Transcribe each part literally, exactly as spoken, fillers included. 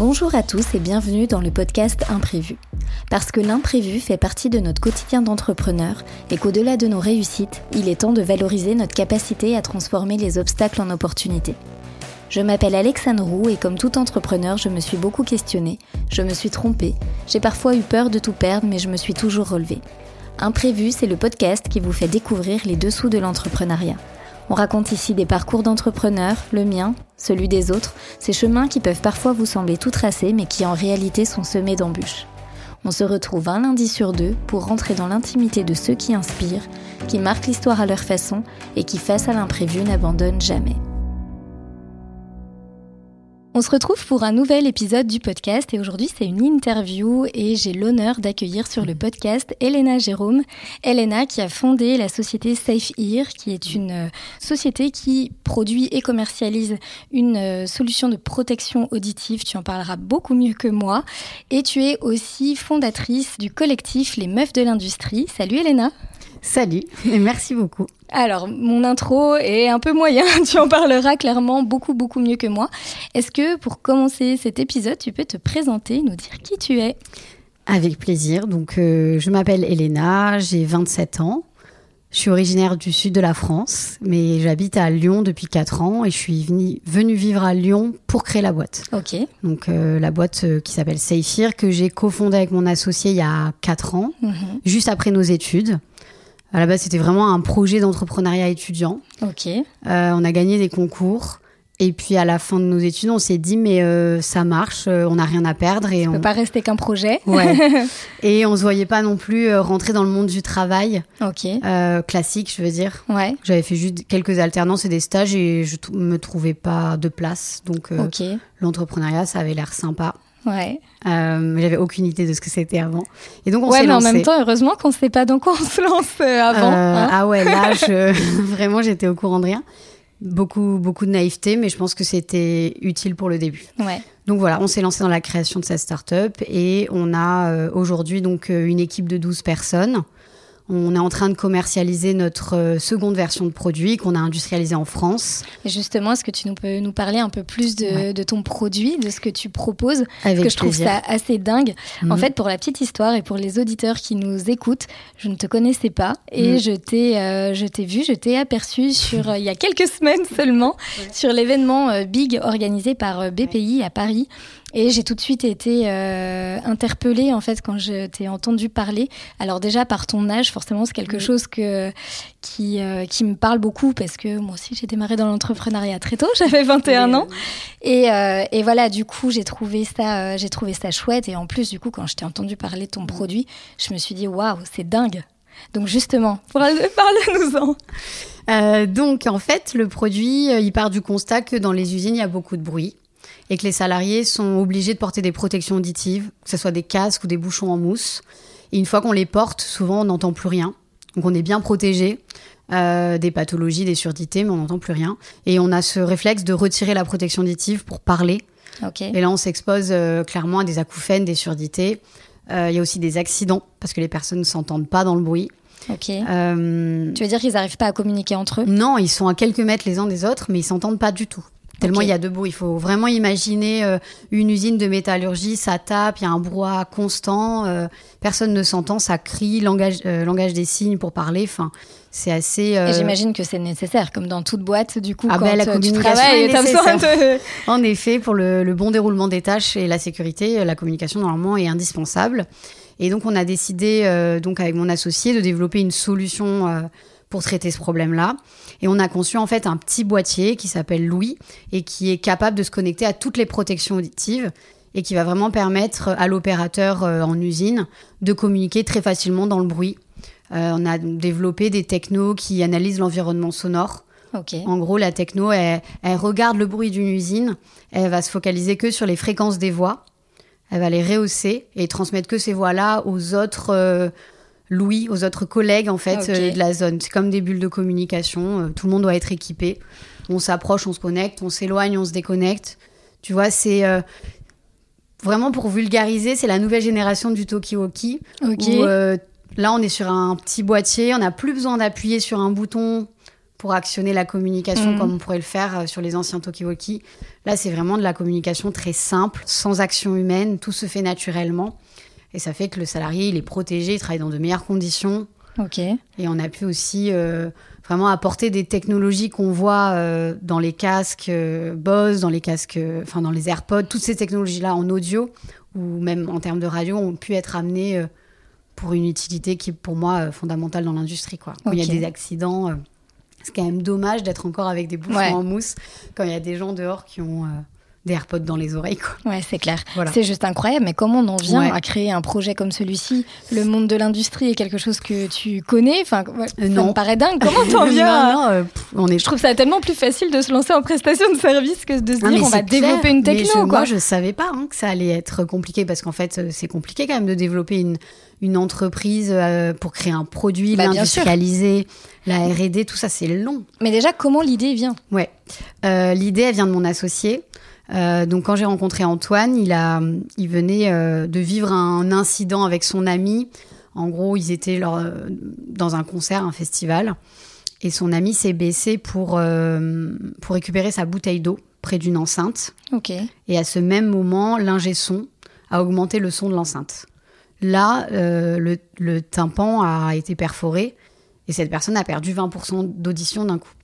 Bonjour à tous et bienvenue dans le podcast Imprévu. Parce que l'imprévu fait partie de notre quotidien d'entrepreneur et qu'au-delà de nos réussites, il est temps de valoriser notre capacité à transformer les obstacles en opportunités. Je m'appelle Alexandre Roux et comme tout entrepreneur, je me suis beaucoup questionnée, je me suis trompée, j'ai parfois eu peur de tout perdre mais je me suis toujours relevée. Imprévu, c'est le podcast qui vous fait découvrir les dessous de l'entrepreneuriat. On raconte ici des parcours d'entrepreneurs, le mien, celui des autres, ces chemins qui peuvent parfois vous sembler tout tracés mais qui en réalité sont semés d'embûches. On se retrouve un lundi sur deux pour rentrer dans l'intimité de ceux qui inspirent, qui marquent l'histoire à leur façon et qui, face à l'imprévu, n'abandonnent jamais. On se retrouve pour un nouvel épisode du podcast et aujourd'hui c'est une interview et j'ai l'honneur d'accueillir sur le podcast Elena Jérôme. Elena qui a fondé la société Safe Ear, qui est une société qui produit et commercialise une solution de protection auditive. Tu en parleras beaucoup mieux que moi. Et tu es aussi fondatrice du collectif Les Meufs de l'Industrie. Salut Elena. Salut et merci beaucoup. Alors, mon intro est un peu moyen, tu en parleras clairement beaucoup, beaucoup mieux que moi. Est-ce que, pour commencer cet épisode, tu peux te présenter, nous dire qui tu es ? Avec plaisir. Donc, euh, je m'appelle Elena, j'ai vingt-sept ans. Je suis originaire du sud de la France, mais j'habite à Lyon depuis quatre ans et je suis venue, venue vivre à Lyon pour créer la boîte. Ok. Donc, euh, la boîte euh, qui s'appelle Safe Ear, que j'ai cofondée avec mon associé il y a quatre ans, mm-hmm. juste après nos études. À la base, c'était vraiment un projet d'entrepreneuriat étudiant. Ok. Euh, on a gagné des concours. Et puis, à la fin de nos études, on s'est dit, mais euh, ça marche, euh, on n'a rien à perdre. Et ça ne on... peut pas rester qu'un projet. Ouais. Et on ne se voyait pas non plus euh, rentrer dans le monde du travail. Ok. Euh, classique, je veux dire. Ouais. J'avais fait juste quelques alternances et des stages et je ne me trouvais pas de place. Donc, euh, okay. l'entrepreneuriat, ça avait l'air sympa. Ouais. Euh, mais j'avais aucune idée de ce que c'était avant. Et donc on ouais, s'est mais lancé. en même temps, heureusement qu'on ne sait pas dans quoi on se lance euh, avant. Euh, hein. Ah ouais, là, je... vraiment, j'étais au courant de rien. Beaucoup, beaucoup de naïveté, mais je pense que c'était utile pour le début. Ouais. Donc voilà, on s'est lancé dans la création de cette start-up et on a euh, aujourd'hui donc euh, une équipe de douze personnes. On est en train de commercialiser notre euh, seconde version de produit qu'on a industrialisé en France. Et justement, est-ce que tu nous peux nous parler un peu plus de, ouais. de ton produit, de ce que tu proposes ? Avec Parce que je trouve plaisir. ça assez dingue. Mmh. En fait, pour la petite histoire et pour les auditeurs qui nous écoutent, je ne te connaissais pas et mmh. je t'ai, euh, je t'ai vu, je t'ai aperçu sur, euh, il y a quelques semaines seulement, ouais. sur l'événement euh, Big organisé par euh, B P I ouais. à Paris. Et j'ai tout de suite été euh, interpellée en fait quand je t'ai entendu parler. Alors déjà par ton âge, forcément c'est quelque oui. chose que, qui, euh, qui me parle beaucoup parce que moi aussi j'ai démarré dans l'entrepreneuriat très tôt, j'avais vingt et un oui. ans. Et, euh, et voilà, du coup j'ai trouvé ça, euh, j'ai trouvé ça chouette. Et en plus du coup quand je t'ai entendu parler de ton produit, je me suis dit waouh, c'est dingue. Donc justement, parle-nous-en. Euh, donc en fait le produit, il part du constat que dans les usines il y a beaucoup de bruit. Et que les salariés sont obligés de porter des protections auditives, que ce soit des casques ou des bouchons en mousse. Et une fois qu'on les porte, souvent on n'entend plus rien. Donc on est bien protégé euh, des pathologies, des surdités, mais on n'entend plus rien. Et on a ce réflexe de retirer la protection auditive pour parler. Okay. Et là on s'expose euh, clairement à des acouphènes, des surdités. Euh, il y a aussi des accidents, parce que les personnes ne s'entendent pas dans le bruit. Ok. Euh... Tu veux dire qu'ils n'arrivent pas à communiquer entre eux ? Non, ils sont à quelques mètres les uns des autres, mais ils ne s'entendent pas du tout. Tellement okay. il y a de bruit. Il faut vraiment imaginer euh, une usine de métallurgie, ça tape, il y a un brouhaha constant, euh, personne ne s'entend, ça crie, langage, euh, langage des signes pour parler. Enfin, c'est assez... Euh... Et j'imagine que c'est nécessaire, comme dans toute boîte, du coup, ah quand ben, la tu travailles et tu as besoin de... En effet, pour le, le bon déroulement des tâches et la sécurité, la communication, normalement, est indispensable. Et donc, on a décidé, euh, donc avec mon associé, de développer une solution... Euh, pour traiter ce problème-là. Et on a conçu en fait un petit boîtier qui s'appelle Louis et qui est capable de se connecter à toutes les protections auditives et qui va vraiment permettre à l'opérateur euh, en usine de communiquer très facilement dans le bruit. Euh, on a développé des technos qui analysent l'environnement sonore. Okay. En gros, la techno, elle, elle regarde le bruit d'une usine, elle va se focaliser que sur les fréquences des voix, elle va les rehausser et transmettre que ces voix-là aux autres... Euh, Louis, aux autres collègues en fait okay. euh, de la zone. C'est comme des bulles de communication, euh, tout le monde doit être équipé. On s'approche, on se connecte, on s'éloigne, on se déconnecte. Tu vois, c'est euh, vraiment pour vulgariser, c'est la nouvelle génération du talkie-walkie. Okay. Où, euh, là, on est sur un petit boîtier, on n'a plus besoin d'appuyer sur un bouton pour actionner la communication Mmh. comme on pourrait le faire sur les anciens talkie-walkie. Là, c'est vraiment de la communication très simple, sans action humaine, tout se fait naturellement. Et ça fait que le salarié, il est protégé, il travaille dans de meilleures conditions. Ok. Et on a pu aussi euh, vraiment apporter des technologies qu'on voit euh, dans les casques euh, Bose, dans les casques, enfin euh, dans les AirPods, toutes ces technologies-là en audio ou même en termes de radio ont pu être amenées euh, pour une utilité qui est pour moi euh, fondamentale dans l'industrie, quoi. Quand il Ok. y a des accidents, euh, c'est quand même dommage d'être encore avec des bouchons Ouais. en mousse quand il y a des gens dehors qui ont euh, des AirPods dans les oreilles, quoi. Ouais, c'est clair. Voilà. C'est juste incroyable, mais comment on en vient Ouais. à créer un projet comme celui-ci? Le monde de l'industrie est quelque chose que tu connais? Enfin, ouais, Euh, ça non. me paraît dingue. Comment t'en viens? Non, non, euh, pff, on est Je trouve ça tellement plus facile de se lancer en prestation de service que de se Ah, dire mais on va c'est clair. développer une Mais techno, je, quoi. Moi, je savais pas hein, que ça allait être compliqué parce qu'en fait, euh, c'est compliqué quand même de développer une, une entreprise euh, pour créer un produit, Bah, bien sûr. l'industrialiser, la R et D, tout ça, c'est long. Mais déjà, comment l'idée vient? Ouais. Euh, l'idée, elle vient de mon associé. Euh, donc, quand j'ai rencontré Antoine, il, a, il venait euh, de vivre un incident avec son ami. En gros, ils étaient leur, euh, dans un concert, un festival. Et son ami s'est baissé pour, euh, pour récupérer sa bouteille d'eau près d'une enceinte. Ok. Et à ce même moment, l'ingé son a augmenté le son de l'enceinte. Là, euh, le, le tympan a été perforé et cette personne a perdu vingt pour cent d'audition d'un coup.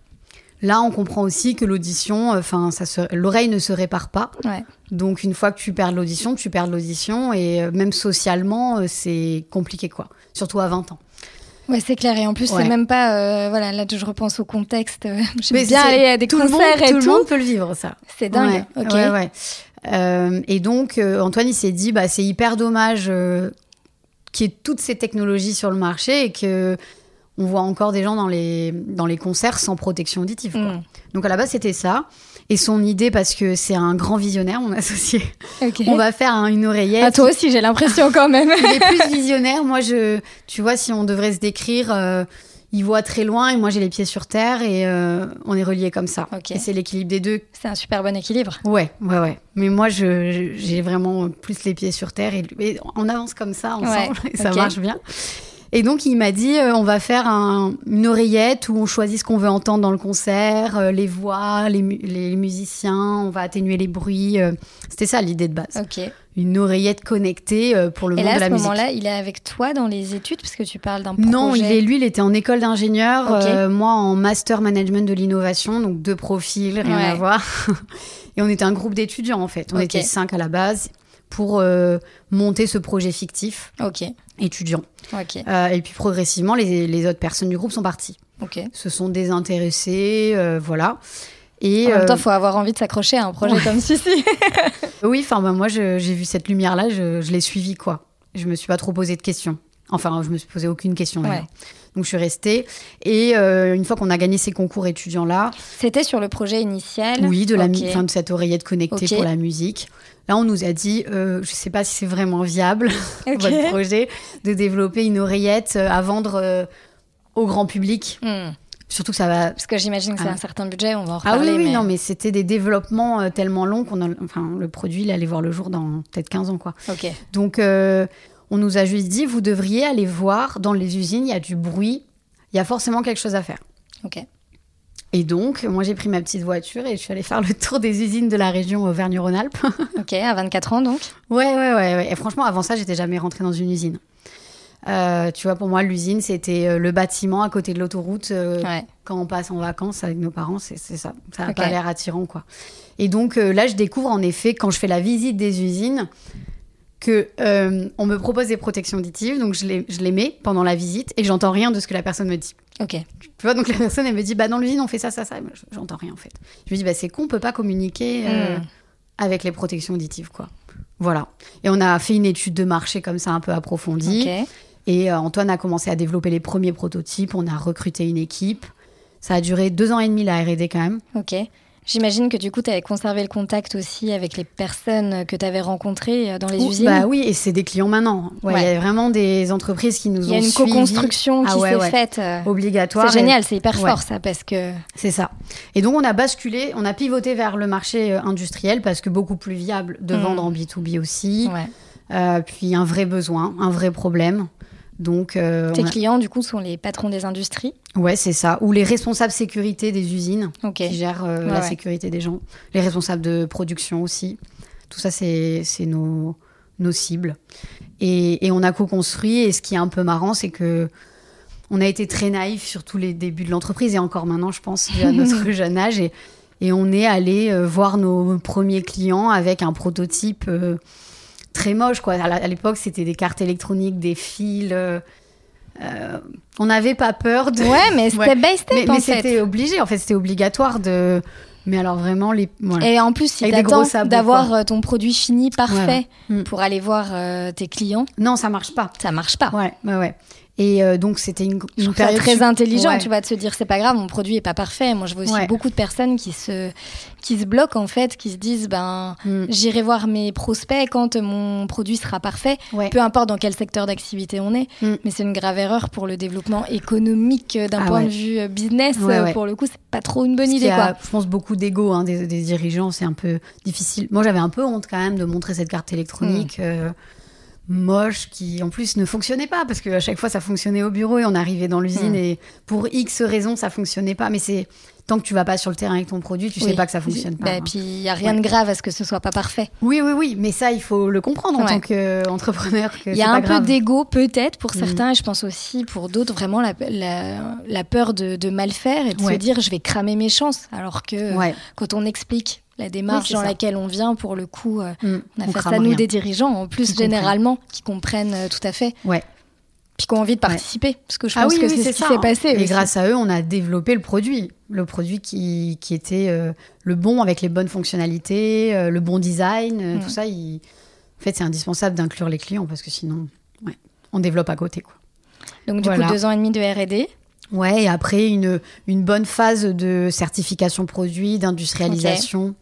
Là, on comprend aussi que l'audition, enfin, ça se, l'oreille ne se répare pas. Ouais. Donc, une fois que tu perds l'audition, tu perds l'audition et euh, même socialement, euh, c'est compliqué, quoi. Surtout à vingt ans. Ouais, c'est clair. Et en plus, Ouais. c'est même pas. euh, voilà, là, je repense au contexte. euh, J'aime Mais bien c'est- aller à des tout le concerts monde, et tout tout. le monde peut le vivre, ça. C'est dingue. Ouais, Ok. ouais, ouais. Euh, et donc, euh, Antoine, il s'est dit, bah, c'est hyper dommage euh, qu'il y ait toutes ces technologies sur le marché et que on voit encore des gens dans les, dans les concerts sans protection auditive, quoi. Mm. Donc, à la base, c'était ça. Et son idée, parce que c'est un grand visionnaire, mon associé, Ok. on va faire un- une oreillette. Ah, toi aussi, j'ai l'impression quand même. Il est plus visionnaire. Moi, je, tu vois, si on devrait se décrire, euh, il voit très loin et moi, j'ai les pieds sur terre et euh, on est reliés comme ça. Ok. Et c'est l'équilibre des deux. C'est un super bon équilibre. Ouais, ouais, ouais. Mais moi, je, je- j'ai vraiment plus les pieds sur terre et, et on avance comme ça ensemble Ouais, et ça ok. marche bien. Et donc, il m'a dit, euh, on va faire un- une oreillette où on choisit ce qu'on veut entendre dans le concert, euh, les voix, les, mu- les musiciens, on va atténuer les bruits. euh. C'était ça l'idée de base. Ok. Une oreillette connectée euh, pour le Et monde là, de à la ce musique. moment-là, il est avec toi dans les études parce que tu parles d'un projet. Non, il est, lui, il était en école d'ingénieur, Ok. euh, moi en master management de l'innovation, donc deux profils, rien Ouais. à voir. Et on était un groupe d'étudiants en fait, on Ok. était cinq à la base pour euh, monter ce projet fictif Ok. étudiant. Ok. Euh, et puis progressivement, les, les autres personnes du groupe sont parties, Ok. se sont désintéressées, euh, voilà. Et En même temps, euh, il faut avoir envie de s'accrocher à un projet Ouais. comme celui-ci. oui, enfin ben, moi je- j'ai vu cette lumière-là, je, je l'ai suivie quoi. Je me suis pas trop posé de questions. Enfin, je me suis posé aucune question d'ailleurs. Ouais. Donc je suis restée. Et euh, une fois qu'on a gagné ces concours étudiants-là, C'était sur le projet initial. oui, de, la, Ok. mi- fin, de cette oreillette connectée Ok. pour la musique. Là, on nous a dit, euh, je sais pas si c'est vraiment viable, Ok. votre projet, de développer une oreillette euh, à vendre euh, au grand public. Hmm. Surtout que ça va... Parce que j'imagine que c'est Ah. un certain budget, on va en Ah reparler. oui, oui, mais... non, mais c'était des développements euh, tellement longs qu'on a... Enfin, le produit, il allait voir le jour dans peut-être quinze ans, quoi. Ok. Donc, euh, on nous a juste dit, vous devriez aller voir dans les usines, il y a du bruit, il y a forcément quelque chose à faire. Ok. Et donc, moi, j'ai pris ma petite voiture et je suis allée faire le tour des usines de la région Auvergne-Rhône-Alpes. Ok. À vingt-quatre ans donc. ouais, ouais, ouais, ouais. Et franchement, avant ça, j'étais jamais rentrée dans une usine. Euh, tu vois, pour moi, l'usine, c'était euh, le bâtiment à côté de l'autoroute. euh, Ouais. Quand on passe en vacances avec nos parents, c'est c'est ça. Ça n'a Ok. pas l'air attirant, quoi. Et donc, euh, là, je découvre, en effet, quand je fais la visite des usines, que euh, on me propose des protections auditives. Donc, je les, je les mets pendant la visite et j'entends rien de ce que la personne me dit. Ok. Tu vois, donc la personne, elle me dit, bah, dans l'usine, on fait ça, ça, ça. Et moi, j'entends rien, en fait. Je me dis, bah, c'est con, on peut pas communiquer euh, Mm. avec les protections auditives, quoi. Voilà. Et on a fait une étude de marché comme ça, un peu approfondie. Ok. Et euh, Antoine a commencé à développer les premiers prototypes. On a recruté une équipe. Ça a duré deux ans et demi, la R et D, quand même. Ok. J'imagine que du coup, tu avais conservé le contact aussi avec les personnes que tu avais rencontrées euh, dans les Ouh, usines. Bah oui, et c'est des clients maintenant. Ouais, Ouais. il y a vraiment des entreprises qui nous Il y a ont une suivis. co-construction qui Ah ouais, s'est ouais. faite. euh, Obligatoire. C'est Et- génial, c'est hyper Ouais. fort ça, parce que... C'est ça. Et donc, on a basculé, on a pivoté vers le marché euh, industriel parce que beaucoup plus viable de Mm. vendre en B deux B aussi. Ouais. Euh, puis un vrai besoin, un vrai problème. Donc, euh, Tes a... clients, du coup, sont les patrons des industries. Ouais, c'est ça. Ou les responsables sécurité des usines okay. qui gèrent euh, ouais, la ouais. sécurité des gens. Les responsables de production aussi. Tout ça, c'est, c'est nos, nos cibles. Et, et on a co-construit. Et ce qui est un peu marrant, c'est que on a été très naïfs sur tous les débuts de l'entreprise. Et encore maintenant, je pense, à notre jeune âge. Et, et on est allé euh, voir nos premiers clients avec un prototype euh, très moche, quoi. À, la, à l'époque, c'était des cartes électroniques, des fils... Euh, Euh, on n'avait pas peur de... Ouais, mais step ouais. by step, mais, en mais fait. c'était obligé, en fait, c'était obligatoire de... Mais alors vraiment, les... Ouais. Et en plus, si t'attends d'avoir quoi. ton produit fini, parfait, ouais. pour aller voir euh, tes clients... Non, ça marche pas. Ça marche pas. Ouais, ouais, ouais. Et euh, donc, c'était une, une Je période... très intelligent, ouais. tu vois, de se dire, c'est pas grave, mon produit est pas parfait. Moi, je vois aussi ouais. beaucoup de personnes qui se, qui se bloquent, en fait, qui se disent, ben, mm. j'irai voir mes prospects quand mon produit sera parfait, ouais. peu importe dans quel secteur d'activité on est. Mm. Mais c'est une grave erreur pour le développement économique d'un ah point ouais. de vue business. Ouais, ouais. Pour le coup, c'est pas trop une bonne Ce idée, a, quoi. Je pense beaucoup d'ego hein, des, des dirigeants, c'est un peu difficile. Moi, j'avais un peu honte quand même de montrer cette carte électronique. Mm. Euh, moche qui en plus ne fonctionnait pas parce qu'à chaque fois ça fonctionnait au bureau et on arrivait dans l'usine mmh. et pour X raisons ça fonctionnait pas, mais c'est tant que tu vas pas sur le terrain avec ton produit tu oui. sais pas que ça fonctionne pas. Bah, hein. Puis il y a rien ouais. de grave à ce que ce soit pas parfait. Oui oui oui, mais ça il faut le comprendre en ouais. tant qu'entrepreneur. Il y a un peu d'ego peut-être pour mmh. certains et je pense aussi pour d'autres vraiment la, la, la peur de, de mal faire et de ouais. se dire je vais cramer mes chances alors que ouais. quand on explique la démarche oui, dans ça. laquelle on vient, pour le coup, euh, mmh, on a on face à nous rien. Des dirigeants, en plus, qui généralement, comprennent. qui comprennent euh, tout à fait. Ouais. Puis qui ont envie de participer. Ouais. Parce que je pense ah oui, que oui, c'est, c'est ce ça, qui s'est passé. Et aussi. grâce à eux, on a développé le produit. Le produit qui, qui était euh, le bon, avec les bonnes fonctionnalités, euh, le bon design, euh, mmh. tout ça. Il... En fait, c'est indispensable d'inclure les clients parce que sinon, ouais, on développe à côté, quoi. Donc, du voilà. coup, deux ans et demi de R et D. Ouais, et après, une, une bonne phase de certification produit, d'industrialisation. Okay.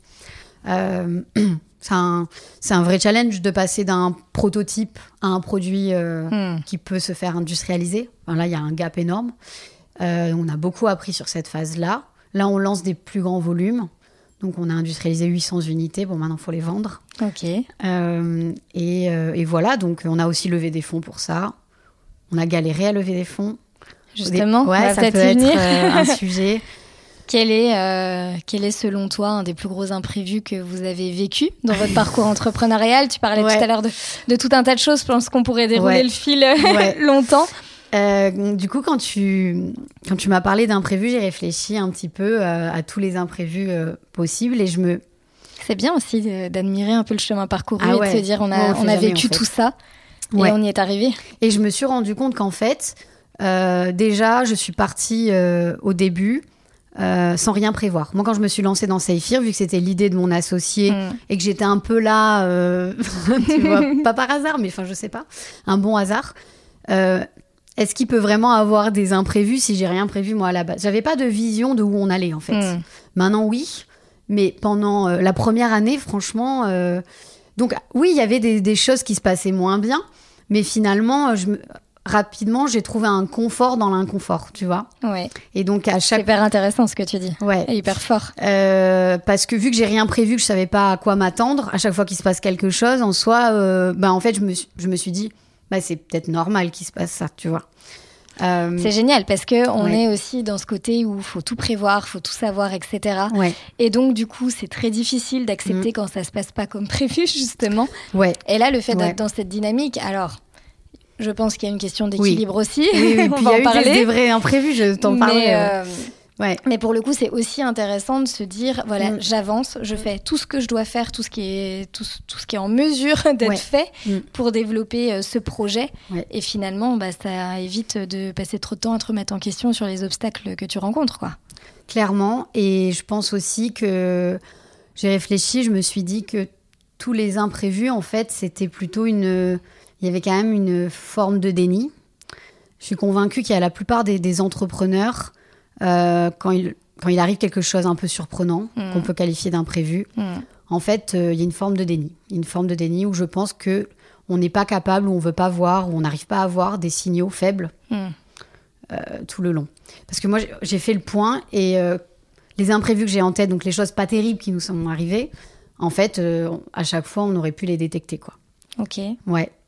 Euh, c'est, un, c'est un vrai challenge de passer d'un prototype à un produit euh, mm. qui peut se faire industrialiser. Enfin, là, il y a un gap énorme. Euh, on a beaucoup appris sur cette phase-là. Là, on lance des plus grands volumes. Donc, on a industrialisé huit cents unités. Bon, maintenant, il faut les vendre. Ok. Euh, et, euh, et voilà, donc on a aussi levé des fonds pour ça. On a galéré à lever des fonds. Justement, des... ouais, on va ça peut-être peut y être venir. euh, un sujet. Quel est, euh, quel est, selon toi, un des plus gros imprévus que vous avez vécu dans votre parcours entrepreneurial ? Tu parlais ouais. tout à l'heure de, de tout un tas de choses. Je pense qu'on pourrait dérouler ouais. le fil ouais. longtemps. Euh, du coup, quand tu, quand tu m'as parlé d'imprévus, j'ai réfléchi un petit peu euh, à tous les imprévus euh, possibles. Et je me... C'est bien aussi d'admirer un peu le chemin parcouru ah et ouais. de se dire on a, on on a jamais, vécu en fait. tout ça ouais. et on y est arrivé. Et je me suis rendu compte qu'en fait, euh, déjà, je suis partie euh, au début... Euh, sans rien prévoir. Moi, quand je me suis lancée dans Saphir, vu que c'était l'idée de mon associé mm. et que j'étais un peu là, euh, tu vois, pas par hasard, mais enfin, je sais pas, un bon hasard. Euh, est-ce qu'il peut vraiment avoir des imprévus si j'ai rien prévu moi à la base ? J'avais pas de vision de où on allait en fait. Mm. Maintenant, oui, mais pendant euh, la première année, franchement, euh, donc oui, il y avait des, des choses qui se passaient moins bien, mais finalement, je me rapidement, j'ai trouvé un confort dans l'inconfort, tu vois. Ouais. Et donc à chaque... C'est hyper intéressant ce que tu dis. Ouais. Et hyper fort. Euh, parce que vu que j'ai rien prévu, que je savais pas à quoi m'attendre, à chaque fois qu'il se passe quelque chose, en soi, euh, bah en fait, je me suis, je me suis dit, bah c'est peut-être normal qu'il se passe ça, tu vois. Euh... C'est génial parce que on ouais. est aussi dans ce côté où faut tout prévoir, faut tout savoir, et cetera. Ouais. Et donc du coup, c'est très difficile d'accepter mmh. quand ça se passe pas comme prévu, justement. Ouais. Et là, le fait ouais. d'être dans cette dynamique, alors. Je pense qu'il y a une question d'équilibre oui. aussi. Oui, oui. Puis il y a eu parler. des vrais imprévus, je t'en parlais. Euh, ouais. Mais pour le coup, c'est aussi intéressant de se dire, voilà, mm. j'avance, je mm. fais tout ce que je dois faire, tout ce qui est, tout, tout ce qui est en mesure d'être ouais. fait mm. pour développer euh, ce projet. Ouais. Et finalement, bah, ça évite de passer trop de temps à te remettre en question sur les obstacles que tu rencontres, quoi. Clairement. Et je pense aussi que j'ai réfléchi, je me suis dit que tous les imprévus, en fait, c'était plutôt une... Il y avait quand même une forme de déni. Je suis convaincue qu'il y a la plupart des, des entrepreneurs, euh, quand, il, quand il arrive quelque chose un peu surprenant, mmh. qu'on peut qualifier d'imprévu, mmh. en fait, euh, il y a une forme de déni. Une forme de déni où je pense qu'on n'est pas capable, ou on ne veut pas voir, ou on n'arrive pas à voir des signaux faibles mmh. euh, tout le long. Parce que moi, j'ai, j'ai fait le point, et euh, les imprévus que j'ai en tête, donc les choses pas terribles qui nous sont arrivées, en fait, euh, à chaque fois, on aurait pu les détecter, quoi. Ok. Ouais.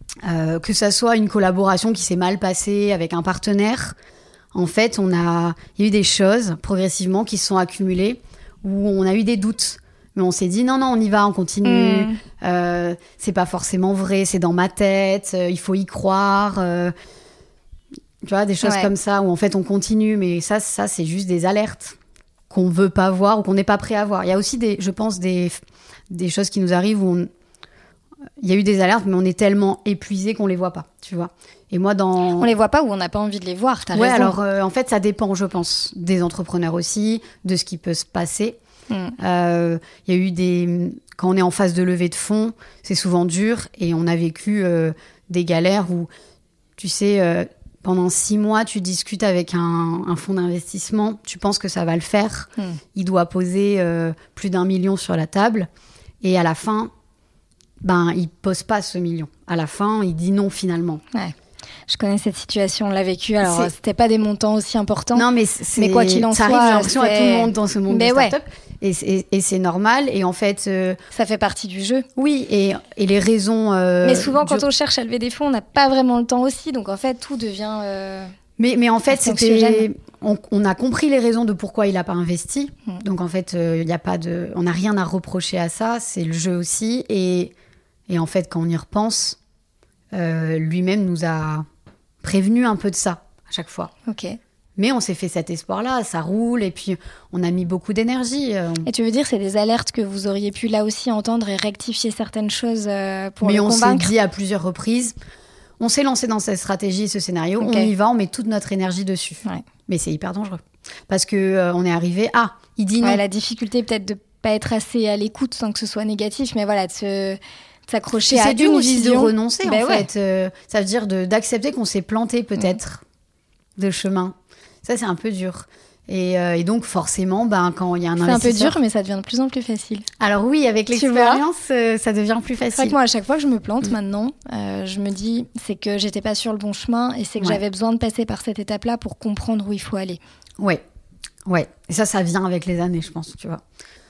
Euh, que ça soit une collaboration qui s'est mal passée avec un partenaire, en fait, on a, il y a eu des choses progressivement qui se sont accumulées où on a eu des doutes. Mais on s'est dit non, non, on y va, on continue. Mmh. Euh, c'est pas forcément vrai, c'est dans ma tête, euh, il faut y croire. Euh, tu vois, des choses ouais. comme ça où en fait on continue. Mais ça, ça c'est juste des alertes qu'on veut pas voir ou qu'on n'est pas prêt à voir. Il y a aussi, des, je pense, des, des choses qui nous arrivent où on, il y a eu des alertes, mais on est tellement épuisé qu'on les voit pas, tu vois. Et moi, dans... On les voit pas ou on n'a pas envie de les voir, t'as ouais, raison. alors euh, en fait, ça dépend, je pense, des entrepreneurs aussi, de ce qui peut se passer. Il mm. euh, y a eu des... Quand on est en phase de levée de fonds, c'est souvent dur et on a vécu euh, des galères où, tu sais, euh, pendant six mois, tu discutes avec un, un fonds d'investissement, tu penses que ça va le faire, mm. il doit poser euh, plus d'un million sur la table et à la fin, ben, il pose pas ce million. À la fin, il dit non finalement. Ouais. Je connais cette situation, on l'a vécu. Alors, c'est... c'était pas des montants aussi importants. Non, mais, c'est... mais quoi qu'il en ça soit, arrive, j'ai l'impression, c'est... à tout le monde dans ce monde mais de start-up. Ouais. Et, c'est, et c'est normal. Et en fait... Euh... ça fait partie du jeu. Oui, et, et les raisons... Euh, mais souvent, quand du... on cherche à lever des fonds, on n'a pas vraiment le temps aussi. Donc, en fait, tout devient... Euh... Mais, mais en fait, c'était... On, on a compris les raisons de pourquoi il n'a pas investi. Mmh. Donc, en fait, euh, y a pas de... on n'a rien à reprocher à ça. C'est le jeu aussi. Et, et en fait, quand on y repense, euh, lui-même nous a... prévenu un peu de ça à chaque fois. Ok. Mais on s'est fait cet espoir-là, ça roule, et puis on a mis beaucoup d'énergie. Euh... Et tu veux dire, c'est des alertes que vous auriez pu là aussi entendre et rectifier certaines choses euh, pour Mais le convaincre. Mais on s'est dit à plusieurs reprises, on s'est lancé dans cette stratégie, ce scénario, okay. on y va, on met toute notre énergie dessus. Ouais. Mais c'est hyper dangereux. Parce qu'on euh, est arrivé, ah, il dit non. Ouais, la difficulté peut-être de ne pas être assez à l'écoute sans que ce soit négatif, mais voilà, de se... s'accrocher à c'est dur une aussi vision. De renoncer ben en ouais. fait euh, ça veut dire de, d'accepter qu'on s'est planté peut-être mmh. de chemin, ça c'est un peu dur et, euh, et donc forcément ben, quand il y a un c'est investisseur... un peu dur mais ça devient de plus en plus facile. Alors oui, avec l'expérience euh, ça devient plus facile. C'est vrai que moi à chaque fois que je me plante mmh. maintenant euh, je me dis c'est que j'étais pas sur le bon chemin et c'est que ouais. j'avais besoin de passer par cette étape là pour comprendre où il faut aller. Ouais, ouais, et ça ça vient avec les années je pense, tu vois.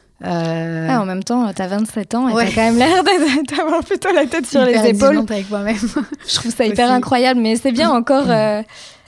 Euh... Ouais, en même temps, t'as vingt-sept ans et ouais. t'as quand même l'air d'avoir plutôt la tête sur hyper les épaules. Avec moi-même. Je trouve ça hyper incroyable, mais c'est bien encore euh,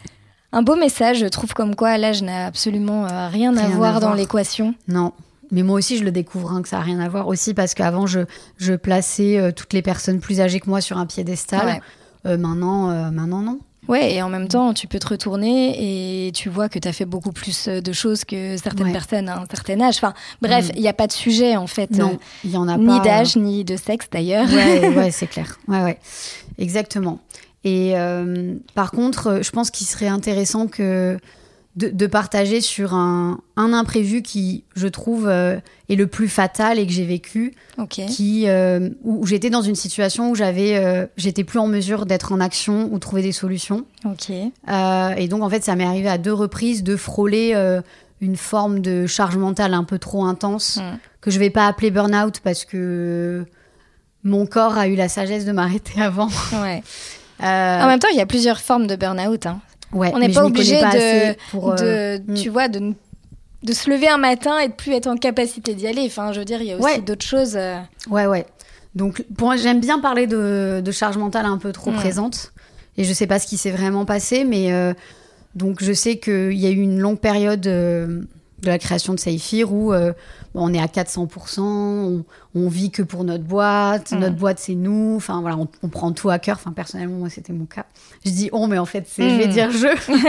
un beau message, je trouve, comme quoi l'âge n'a absolument euh, rien, rien à voir dans l'équation. Non, mais moi aussi je le découvre hein, que ça n'a rien à voir aussi parce qu'avant je, je plaçais euh, toutes les personnes plus âgées que moi sur un piédestal. Ouais. Euh, maintenant, euh, maintenant non. Ouais, et en même temps, tu peux te retourner et tu vois que tu as fait beaucoup plus de choses que certaines ouais. personnes à un certain âge. Enfin, bref, il mmh. n'y a pas de sujet, en fait. Non, il y en a ni pas. Ni d'âge, euh... ni de sexe, d'ailleurs. Ouais, ouais, c'est clair. Ouais, ouais. Exactement. Et euh, par contre, je pense qu'il serait intéressant que de, de partager sur un, un imprévu qui, je trouve, euh, est le plus fatal et que j'ai vécu. Okay. Qui, euh, où, où j'étais dans une situation où j'avais, euh, j'étais plus en mesure d'être en action ou trouver des solutions. Okay. Euh, et donc, en fait, ça m'est arrivé à deux reprises de frôler euh, une forme de charge mentale un peu trop intense, mm. que je vais pas appeler burn-out parce que mon corps a eu la sagesse de m'arrêter avant. Ouais. euh... En même temps, il y a plusieurs formes de burn-out, hein. Ouais, on n'est pas obligé pas de, pour, euh... de tu vois, de, de se lever un matin et de plus être en capacité d'y aller. Enfin, je veux dire, il y a aussi ouais. d'autres choses. Euh... Ouais, ouais. Donc, pour moi, j'aime bien parler de, de charge mentale un peu trop mmh. présente. Et je sais pas ce qui s'est vraiment passé, mais euh, donc je sais qu'il y a eu une longue période euh, de la création de Saphir où euh, bon, on est à quatre cents pour cent, on, on vit que pour notre boîte, mmh. notre boîte c'est nous, enfin voilà, on, on prend tout à cœur. Enfin personnellement moi c'était mon cas. Je dis on, mais en fait c'est, mmh. je vais dire je.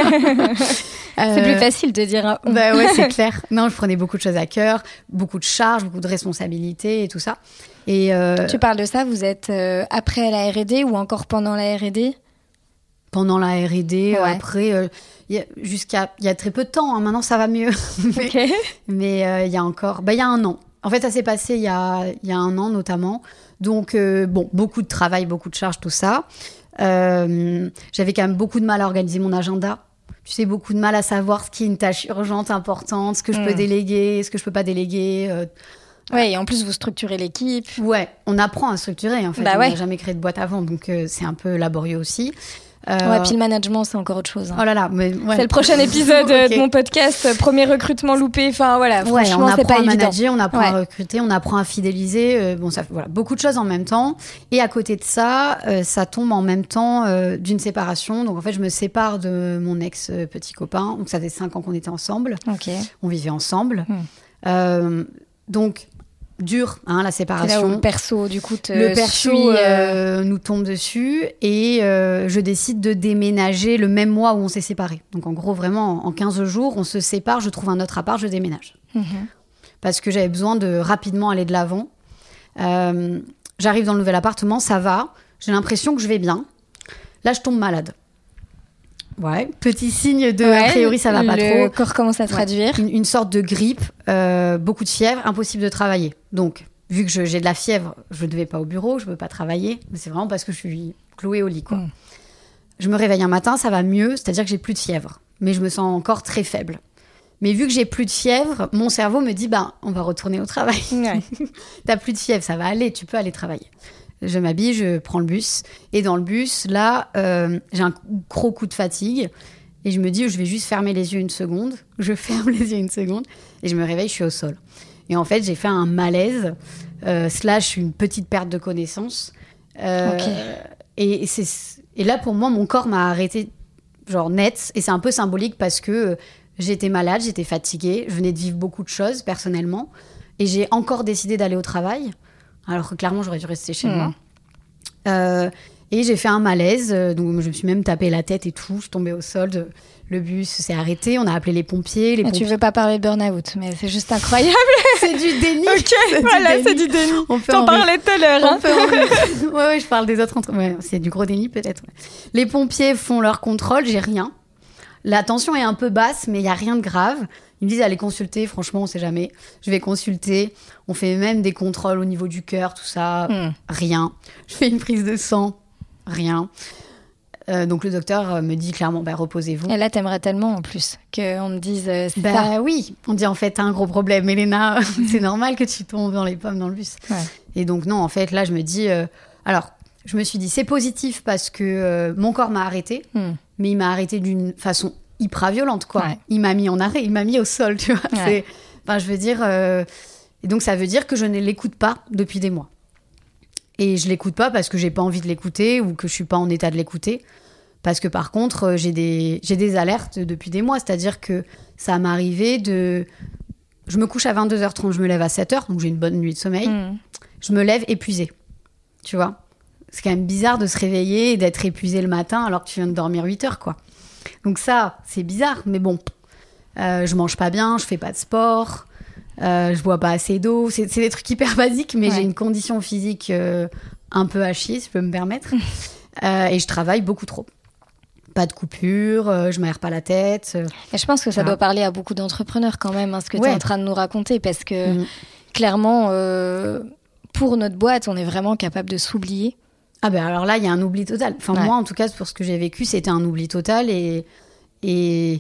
euh, c'est plus facile de dire un on. Bah ouais c'est clair. Non, je prenais beaucoup de choses à cœur, beaucoup de charges, beaucoup de responsabilités et tout ça. Et euh, tu parles de ça, vous êtes euh, après la R et D ou encore pendant la R et D? Pendant la R et D, ouais. après, euh, y a, jusqu'à il y a très peu de temps. Hein, maintenant, ça va mieux. mais okay. mais il euh, y a encore, bah il y a un an. En fait, ça s'est passé il y a il y a un an notamment. Donc euh, bon, beaucoup de travail, beaucoup de charges, tout ça. Euh, j'avais quand même beaucoup de mal à organiser mon agenda. Tu sais, beaucoup de mal à savoir ce qui est une tâche urgente, importante, ce que je mmh. peux déléguer, ce que je peux pas déléguer. Euh, Ouais, et en plus, vous structurez l'équipe. Ouais, on apprend à structurer, en fait. Bah on ouais. n'a jamais créé de boîte avant, donc euh, c'est un peu laborieux aussi. Euh... Ouais, puis le management, c'est encore autre chose. Hein. Oh là là, mais ouais. C'est le prochain épisode okay. de mon podcast, premier recrutement loupé. Enfin voilà, ouais, franchement, on c'est pas apprend à évident. Manager, on apprend ouais. à recruter, on apprend à fidéliser. Euh, bon, ça, voilà, beaucoup de choses en même temps. Et à côté de ça, euh, ça tombe en même temps euh, d'une séparation. Donc en fait, je me sépare de mon ex euh, petit copain. Donc ça fait cinq ans qu'on était ensemble. Okay. On vivait ensemble. Hmm. Euh, donc dur, hein, la séparation. C'est là où le perso, du coup, te le perso suit, euh... Euh, nous tombe dessus et euh, je décide de déménager le même mois où on s'est séparés. Donc en gros, vraiment, en quinze jours, on se sépare, je trouve un autre appart, je déménage. Mm-hmm. Parce que j'avais besoin de rapidement aller de l'avant. Euh, j'arrive dans le nouvel appartement, ça va, j'ai l'impression que je vais bien. Là, je tombe malade. Ouais, petit signe de ouais, a priori ça va pas trop. Le corps commence à traduire. Ouais, une, une sorte de grippe, euh, beaucoup de fièvre, impossible de travailler. Donc, vu que je, j'ai de la fièvre, je ne vais pas au bureau, je ne peux pas travailler. Mais c'est vraiment parce que je suis clouée au lit, quoi. Mm. Je me réveille un matin, ça va mieux, c'est-à-dire que j'ai plus de fièvre. Mais je me sens encore très faible. Mais vu que j'ai plus de fièvre, mon cerveau me dit, bah, on va retourner au travail. Ouais. T'as plus de fièvre, ça va aller, tu peux aller travailler. Je m'habille, je prends le bus. Et dans le bus, là, euh, j'ai un gros coup de fatigue. Et je me dis, je vais juste fermer les yeux une seconde. Je ferme les yeux une seconde. Et je me réveille, je suis au sol. Et en fait, j'ai fait un malaise, euh, slash une petite perte de connaissance. Euh, okay. et, et, c'est, et là, pour moi, mon corps m'a arrêté, genre net. Et c'est un peu symbolique parce que euh, j'étais malade, j'étais fatiguée. Je venais de vivre beaucoup de choses, personnellement. Et j'ai encore décidé d'aller au travail. Alors que clairement, j'aurais dû rester chez mmh. moi. Euh, et j'ai fait un malaise. Donc, je me suis même tapé la tête et tout. Je suis tombée au sol. De, le bus s'est arrêté. On a appelé les pompiers. Les mais pompiers... Tu veux pas parler de burn-out, mais c'est juste incroyable. C'est du déni. Ok, c'est voilà, du c'est du déni. On peut T'en parlais tout à l'heure. Hein. En... ouais, ouais, je parle des autres. Entre... Ouais, c'est du gros déni, peut-être. Ouais. Les pompiers font leur contrôle. J'ai rien. La tension est un peu basse, mais il n'y a rien de grave. Ils me disent, allez consulter, franchement, on ne sait jamais. Je vais consulter. On fait même des contrôles au niveau du cœur, tout ça. Mm. Rien. Je fais une prise de sang. Rien. Euh, donc, le docteur me dit clairement, bah, reposez-vous. Et là, t'aimerais tellement, en plus, qu'on me dise euh, c'est bah, ça. Oui. On dit, en fait, t'as un gros problème, Elena. C'est normal que tu tombes dans les pommes dans le bus. Ouais. Et donc, non, en fait, là, je me dis... Euh... Alors, je me suis dit, c'est positif parce que euh, mon corps m'a arrêté. Mm. Mais il m'a arrêté d'une façon... hyper violente, quoi. Ouais. Il m'a mis en arrêt, il m'a mis au sol, tu vois. Ouais. C'est... Enfin, je veux dire... Euh... Et donc, ça veut dire que je ne l'écoute pas depuis des mois. Et je l'écoute pas parce que j'ai pas envie de l'écouter ou que je suis pas en état de l'écouter. Parce que, par contre, j'ai des, j'ai des alertes depuis des mois. C'est-à-dire que ça m'est arrivé de... Je me couche à vingt-deux heures trente, je me lève à sept heures, donc j'ai une bonne nuit de sommeil. Mmh. Je me lève épuisée, tu vois. C'est quand même bizarre de se réveiller et d'être épuisée le matin alors que tu viens de dormir huit heures, quoi. Donc ça, c'est bizarre, mais bon, euh, je mange pas bien, je fais pas de sport, euh, je bois pas assez d'eau. C'est, c'est des trucs hyper basiques, mais ouais. J'ai une condition physique euh, un peu à chier, si je peux me permettre. euh, et je travaille beaucoup trop. Pas de coupure, euh, je m'aère pas la tête. Euh, et je pense que ça voilà. doit parler à beaucoup d'entrepreneurs quand même, hein, ce que ouais. tu es en train de nous raconter, parce que mmh. clairement, euh, pour notre boîte, on est vraiment capable de s'oublier. Ah ben alors là, il y a un oubli total. Enfin, ouais. moi, en tout cas, pour ce que j'ai vécu, c'était un oubli total. Et, et...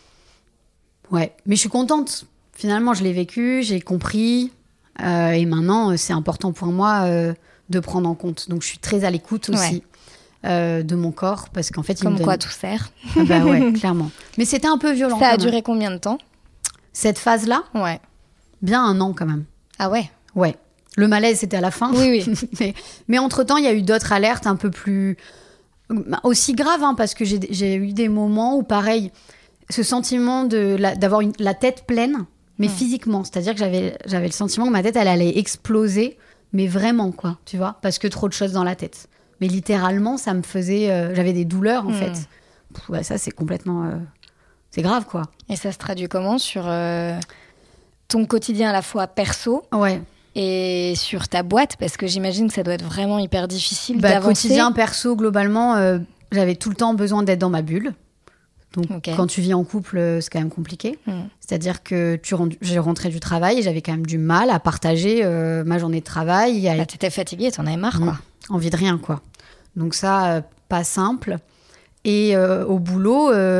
Ouais. Mais je suis contente. Finalement, je l'ai vécu, j'ai compris. Euh, et maintenant, c'est important pour moi euh, de prendre en compte. Donc, je suis très à l'écoute aussi ouais. euh, de mon corps. Parce qu'en fait, il Comme me donne... quoi tout sert. Ah ben ouais, clairement. Mais c'était un peu violent. Ça a duré combien de temps ? Cette phase-là ? Ouais. Bien un an, quand même. Ah ouais ? Ouais. Le malaise, c'était à la fin. Oui, oui. mais, mais entre-temps, il y a eu d'autres alertes un peu plus... Aussi graves, hein, parce que j'ai, j'ai eu des moments où, pareil, ce sentiment de la, d'avoir une, la tête pleine, mais mmh. physiquement. C'est-à-dire que j'avais, j'avais le sentiment que ma tête, elle allait exploser, mais vraiment, quoi, tu vois, parce que trop de choses dans la tête. Mais littéralement, ça me faisait... Euh, j'avais des douleurs, en mmh. fait. Pff, bah, ça, c'est complètement... Euh, c'est grave, quoi. Et ça se traduit comment sur euh, ton quotidien à la fois perso ? Ouais. Et sur ta boîte, parce que j'imagine que ça doit être vraiment hyper difficile bah, d'avancer. Quotidien, perso, globalement, euh, j'avais tout le temps besoin d'être dans ma bulle. Donc, okay. Quand tu vis en couple, c'est quand même compliqué. Mm. C'est-à-dire que tu rent... j'ai rentré du travail et j'avais quand même du mal à partager euh, ma journée de travail. À... Bah, t'étais fatiguée, t'en avais marre, quoi. Mmh. Envie de rien, quoi. Donc ça, euh, pas simple. Et euh, au boulot... Euh...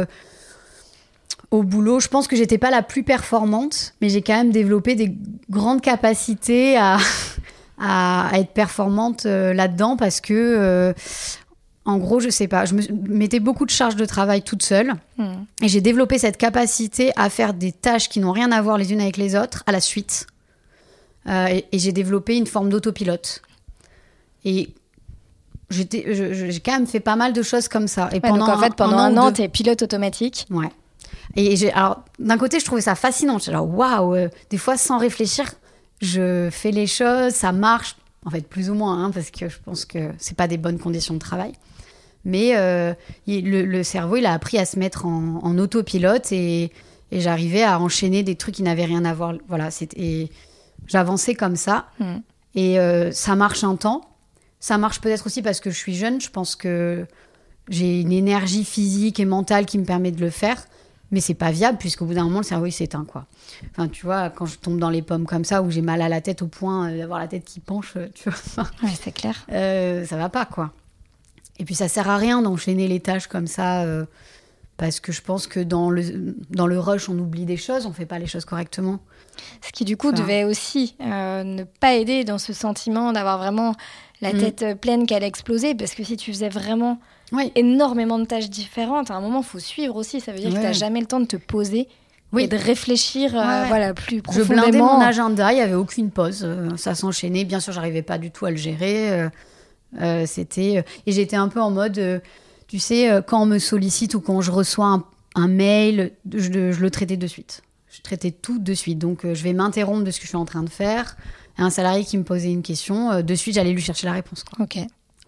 Au boulot, je pense que j'étais pas la plus performante, mais j'ai quand même développé des grandes capacités à, à, à être performante euh, là-dedans parce que, euh, En gros, je sais pas, je me mettais beaucoup de charges de travail toute seule mmh. et j'ai développé cette capacité à faire des tâches qui n'ont rien à voir les unes avec les autres à la suite. Euh, et, et j'ai développé une forme d'autopilote. Et j'étais, je, je, j'ai quand même fait pas mal de choses comme ça. Et ouais, pendant donc en fait, pendant un, un an, deux... t'es pilote automatique. Ouais. Et j'ai, alors, d'un côté, je trouvais ça fascinant. J'étais genre, waouh, euh, des fois, sans réfléchir, je fais les choses, ça marche. En fait, plus ou moins, hein, parce que je pense que c'est pas des bonnes conditions de travail. Mais euh, il, le, le cerveau, il a appris à se mettre en, en autopilote et, et j'arrivais à enchaîner des trucs qui n'avaient rien à voir. Voilà, c'était, et j'avançais comme ça. Mmh. Et euh, ça marche un temps. Ça marche peut-être aussi parce que je suis jeune. Je pense que j'ai une énergie physique et mentale qui me permet de le faire. Mais c'est pas viable puisqu'au bout d'un moment, le cerveau, il s'éteint, quoi. Enfin, tu vois, quand je tombe dans les pommes comme ça, où j'ai mal à la tête au point d'avoir la tête qui penche, tu vois. Ouais, c'est clair. Euh, ça va pas, quoi. Et puis, ça sert à rien d'enchaîner les tâches comme ça, euh, parce que je pense que dans le, dans le rush, on oublie des choses, on fait pas les choses correctement. Ce qui, du coup, enfin... devait aussi euh, ne pas aider dans ce sentiment d'avoir vraiment la tête mmh. pleine qu'elle explosait, parce que si tu faisais vraiment... Oui. énormément de tâches différentes. À un moment, il faut suivre aussi. Ça veut dire ouais. que tu n'as jamais le temps de te poser oui. et de réfléchir ouais, euh, ouais. Voilà, plus profondément. Je blindais mon agenda, il n'y avait aucune pause. Euh, ça s'enchaînait. Bien sûr, je n'arrivais pas du tout à le gérer. Euh, euh, c'était... Et j'étais un peu en mode, euh, tu sais, euh, quand on me sollicite ou quand je reçois un, un mail, je, je le traitais de suite. Je traitais tout de suite. Donc, euh, je vais m'interrompre de ce que je suis en train de faire. Un salarié qui me posait une question, euh, de suite, j'allais lui chercher la réponse, quoi. Ok.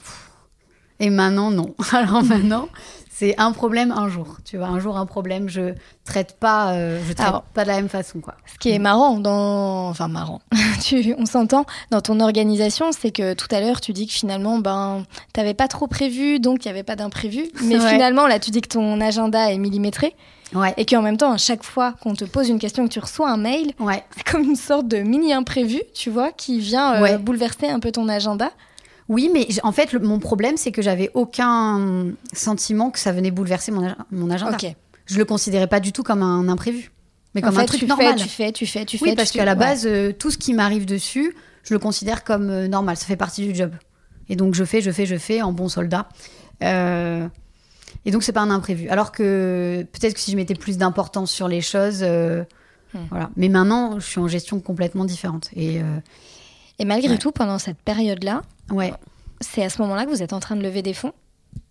Et maintenant, non. Alors maintenant, c'est un problème un jour. Tu vois, un jour, un problème, je traite pas, euh, je traite Alors, pas de la même façon, quoi. Ce qui est marrant, dans... enfin marrant, tu... on s'entend, dans ton organisation, c'est que tout à l'heure, tu dis que finalement, ben, t'avais pas trop prévu, donc il y avait pas d'imprévu. Mais ouais. finalement, là, tu dis que ton agenda est millimétré. Ouais. Et qu'en même temps, à chaque fois qu'on te pose une question, que tu reçois un mail, ouais. c'est comme une sorte de mini-imprévu, tu vois, qui vient euh, ouais. bouleverser un peu ton agenda. Oui, mais en fait, le, mon problème, c'est que j'avais aucun sentiment que ça venait bouleverser mon, mon agenda. Okay. Je le considérais pas du tout comme un imprévu, mais comme en fait, un truc tu normal. Fais, tu fais, tu fais, tu fais. Oui, parce tu qu'à la ouais. base, euh, tout ce qui m'arrive dessus, je le considère comme euh, normal. Ça fait partie du job. Et donc, je fais, je fais, je fais en bon soldat. Euh, et donc, c'est pas un imprévu. Alors que peut-être que si je mettais plus d'importance sur les choses, euh, hmm. voilà. Mais maintenant, je suis en gestion complètement différente. Et, euh, et malgré ouais. tout, pendant cette période-là, ouais. c'est à ce moment-là que vous êtes en train de lever des fonds ?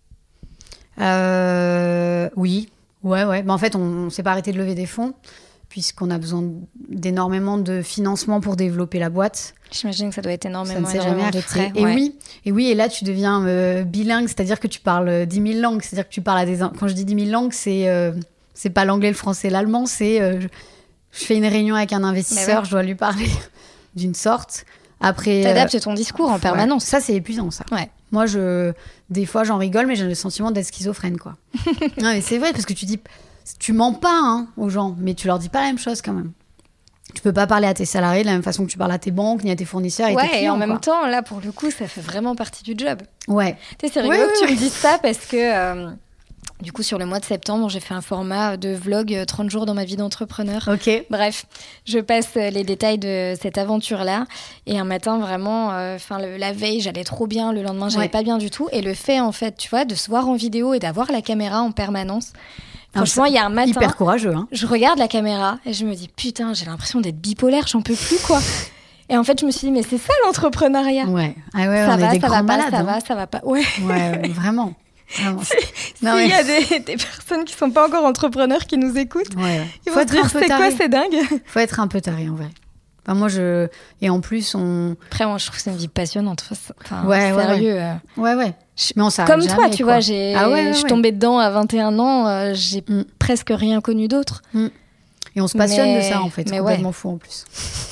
euh, Oui, ouais, ouais. Mais en fait, on ne s'est pas arrêté de lever des fonds puisqu'on a besoin d'énormément de financement pour développer la boîte. J'imagine que ça doit être énormément, ça ne s'est jamais arrêté. De frais. Et ouais. oui, et oui, et là tu deviens euh, bilingue, c'est-à-dire que tu parles dix mille langues, c'est-à-dire que tu parles à des. Quand je dis dix mille langues, c'est euh, c'est pas l'anglais, le français, l'allemand, c'est euh, je, je fais une réunion avec un investisseur, ouais. je dois lui parler d'une sorte. Après, t'adaptes euh, ton discours en permanence. Ouais. Ça, c'est épuisant, ça. Ouais. Moi, je, des fois, j'en rigole, mais j'ai le sentiment d'être schizophrène, quoi. Non, mais c'est vrai, parce que tu dis, tu mens pas hein, aux gens, mais tu leur dis pas la même chose quand même. Tu peux pas parler à tes salariés de la même façon que tu parles à tes banques, ni à tes fournisseurs et ouais, tes clients. Et en quoi. même temps, là, pour le coup, ça fait vraiment partie du job. Ouais. Tu sais, c'est rigolo ouais, que ouais, tu ouais. me dises ça parce que. Euh, Du coup, sur le mois de septembre, j'ai fait un format de vlog trente jours dans ma vie d'entrepreneur. Ok. Bref, je passe les détails de cette aventure-là. Et un matin, vraiment, enfin, euh, la veille, j'allais trop bien. Le lendemain, j'allais ouais. pas bien du tout. Et le fait, en fait, tu vois, de se voir en vidéo et d'avoir la caméra en permanence. Franchement, il y a un matin, hyper courageux, hein. Je regarde la caméra et je me dis, putain, j'ai l'impression d'être bipolaire, j'en peux plus, quoi. Et en fait, je me suis dit, mais c'est ça l'entrepreneuriat. Ouais. Ah ouais, ça on va, est des ça grands va malades. Pas, ça hein. va, ça va pas. Ouais. Ouais, vraiment. Vraiment. S'il non, mais... y a des, des personnes qui sont pas encore entrepreneurs qui nous écoutent, ouais, ouais. ils vont se dire c'est quoi, c'est dingue. Faut être un peu taré en vrai. Enfin, moi je et en plus on. Après moi je trouve que c'est une vie passionnante. Enfin, ouais, sérieux. Ouais, ouais. ouais, ouais. Mais on Comme jamais, toi, tu quoi. vois, j'ai, ah ouais, ouais, je suis ouais. tombée dedans à vingt et un ans, euh, j'ai mm. presque rien connu d'autre. Mm. Et on se passionne mais... de ça en fait, c'est mais complètement ouais. fou en plus.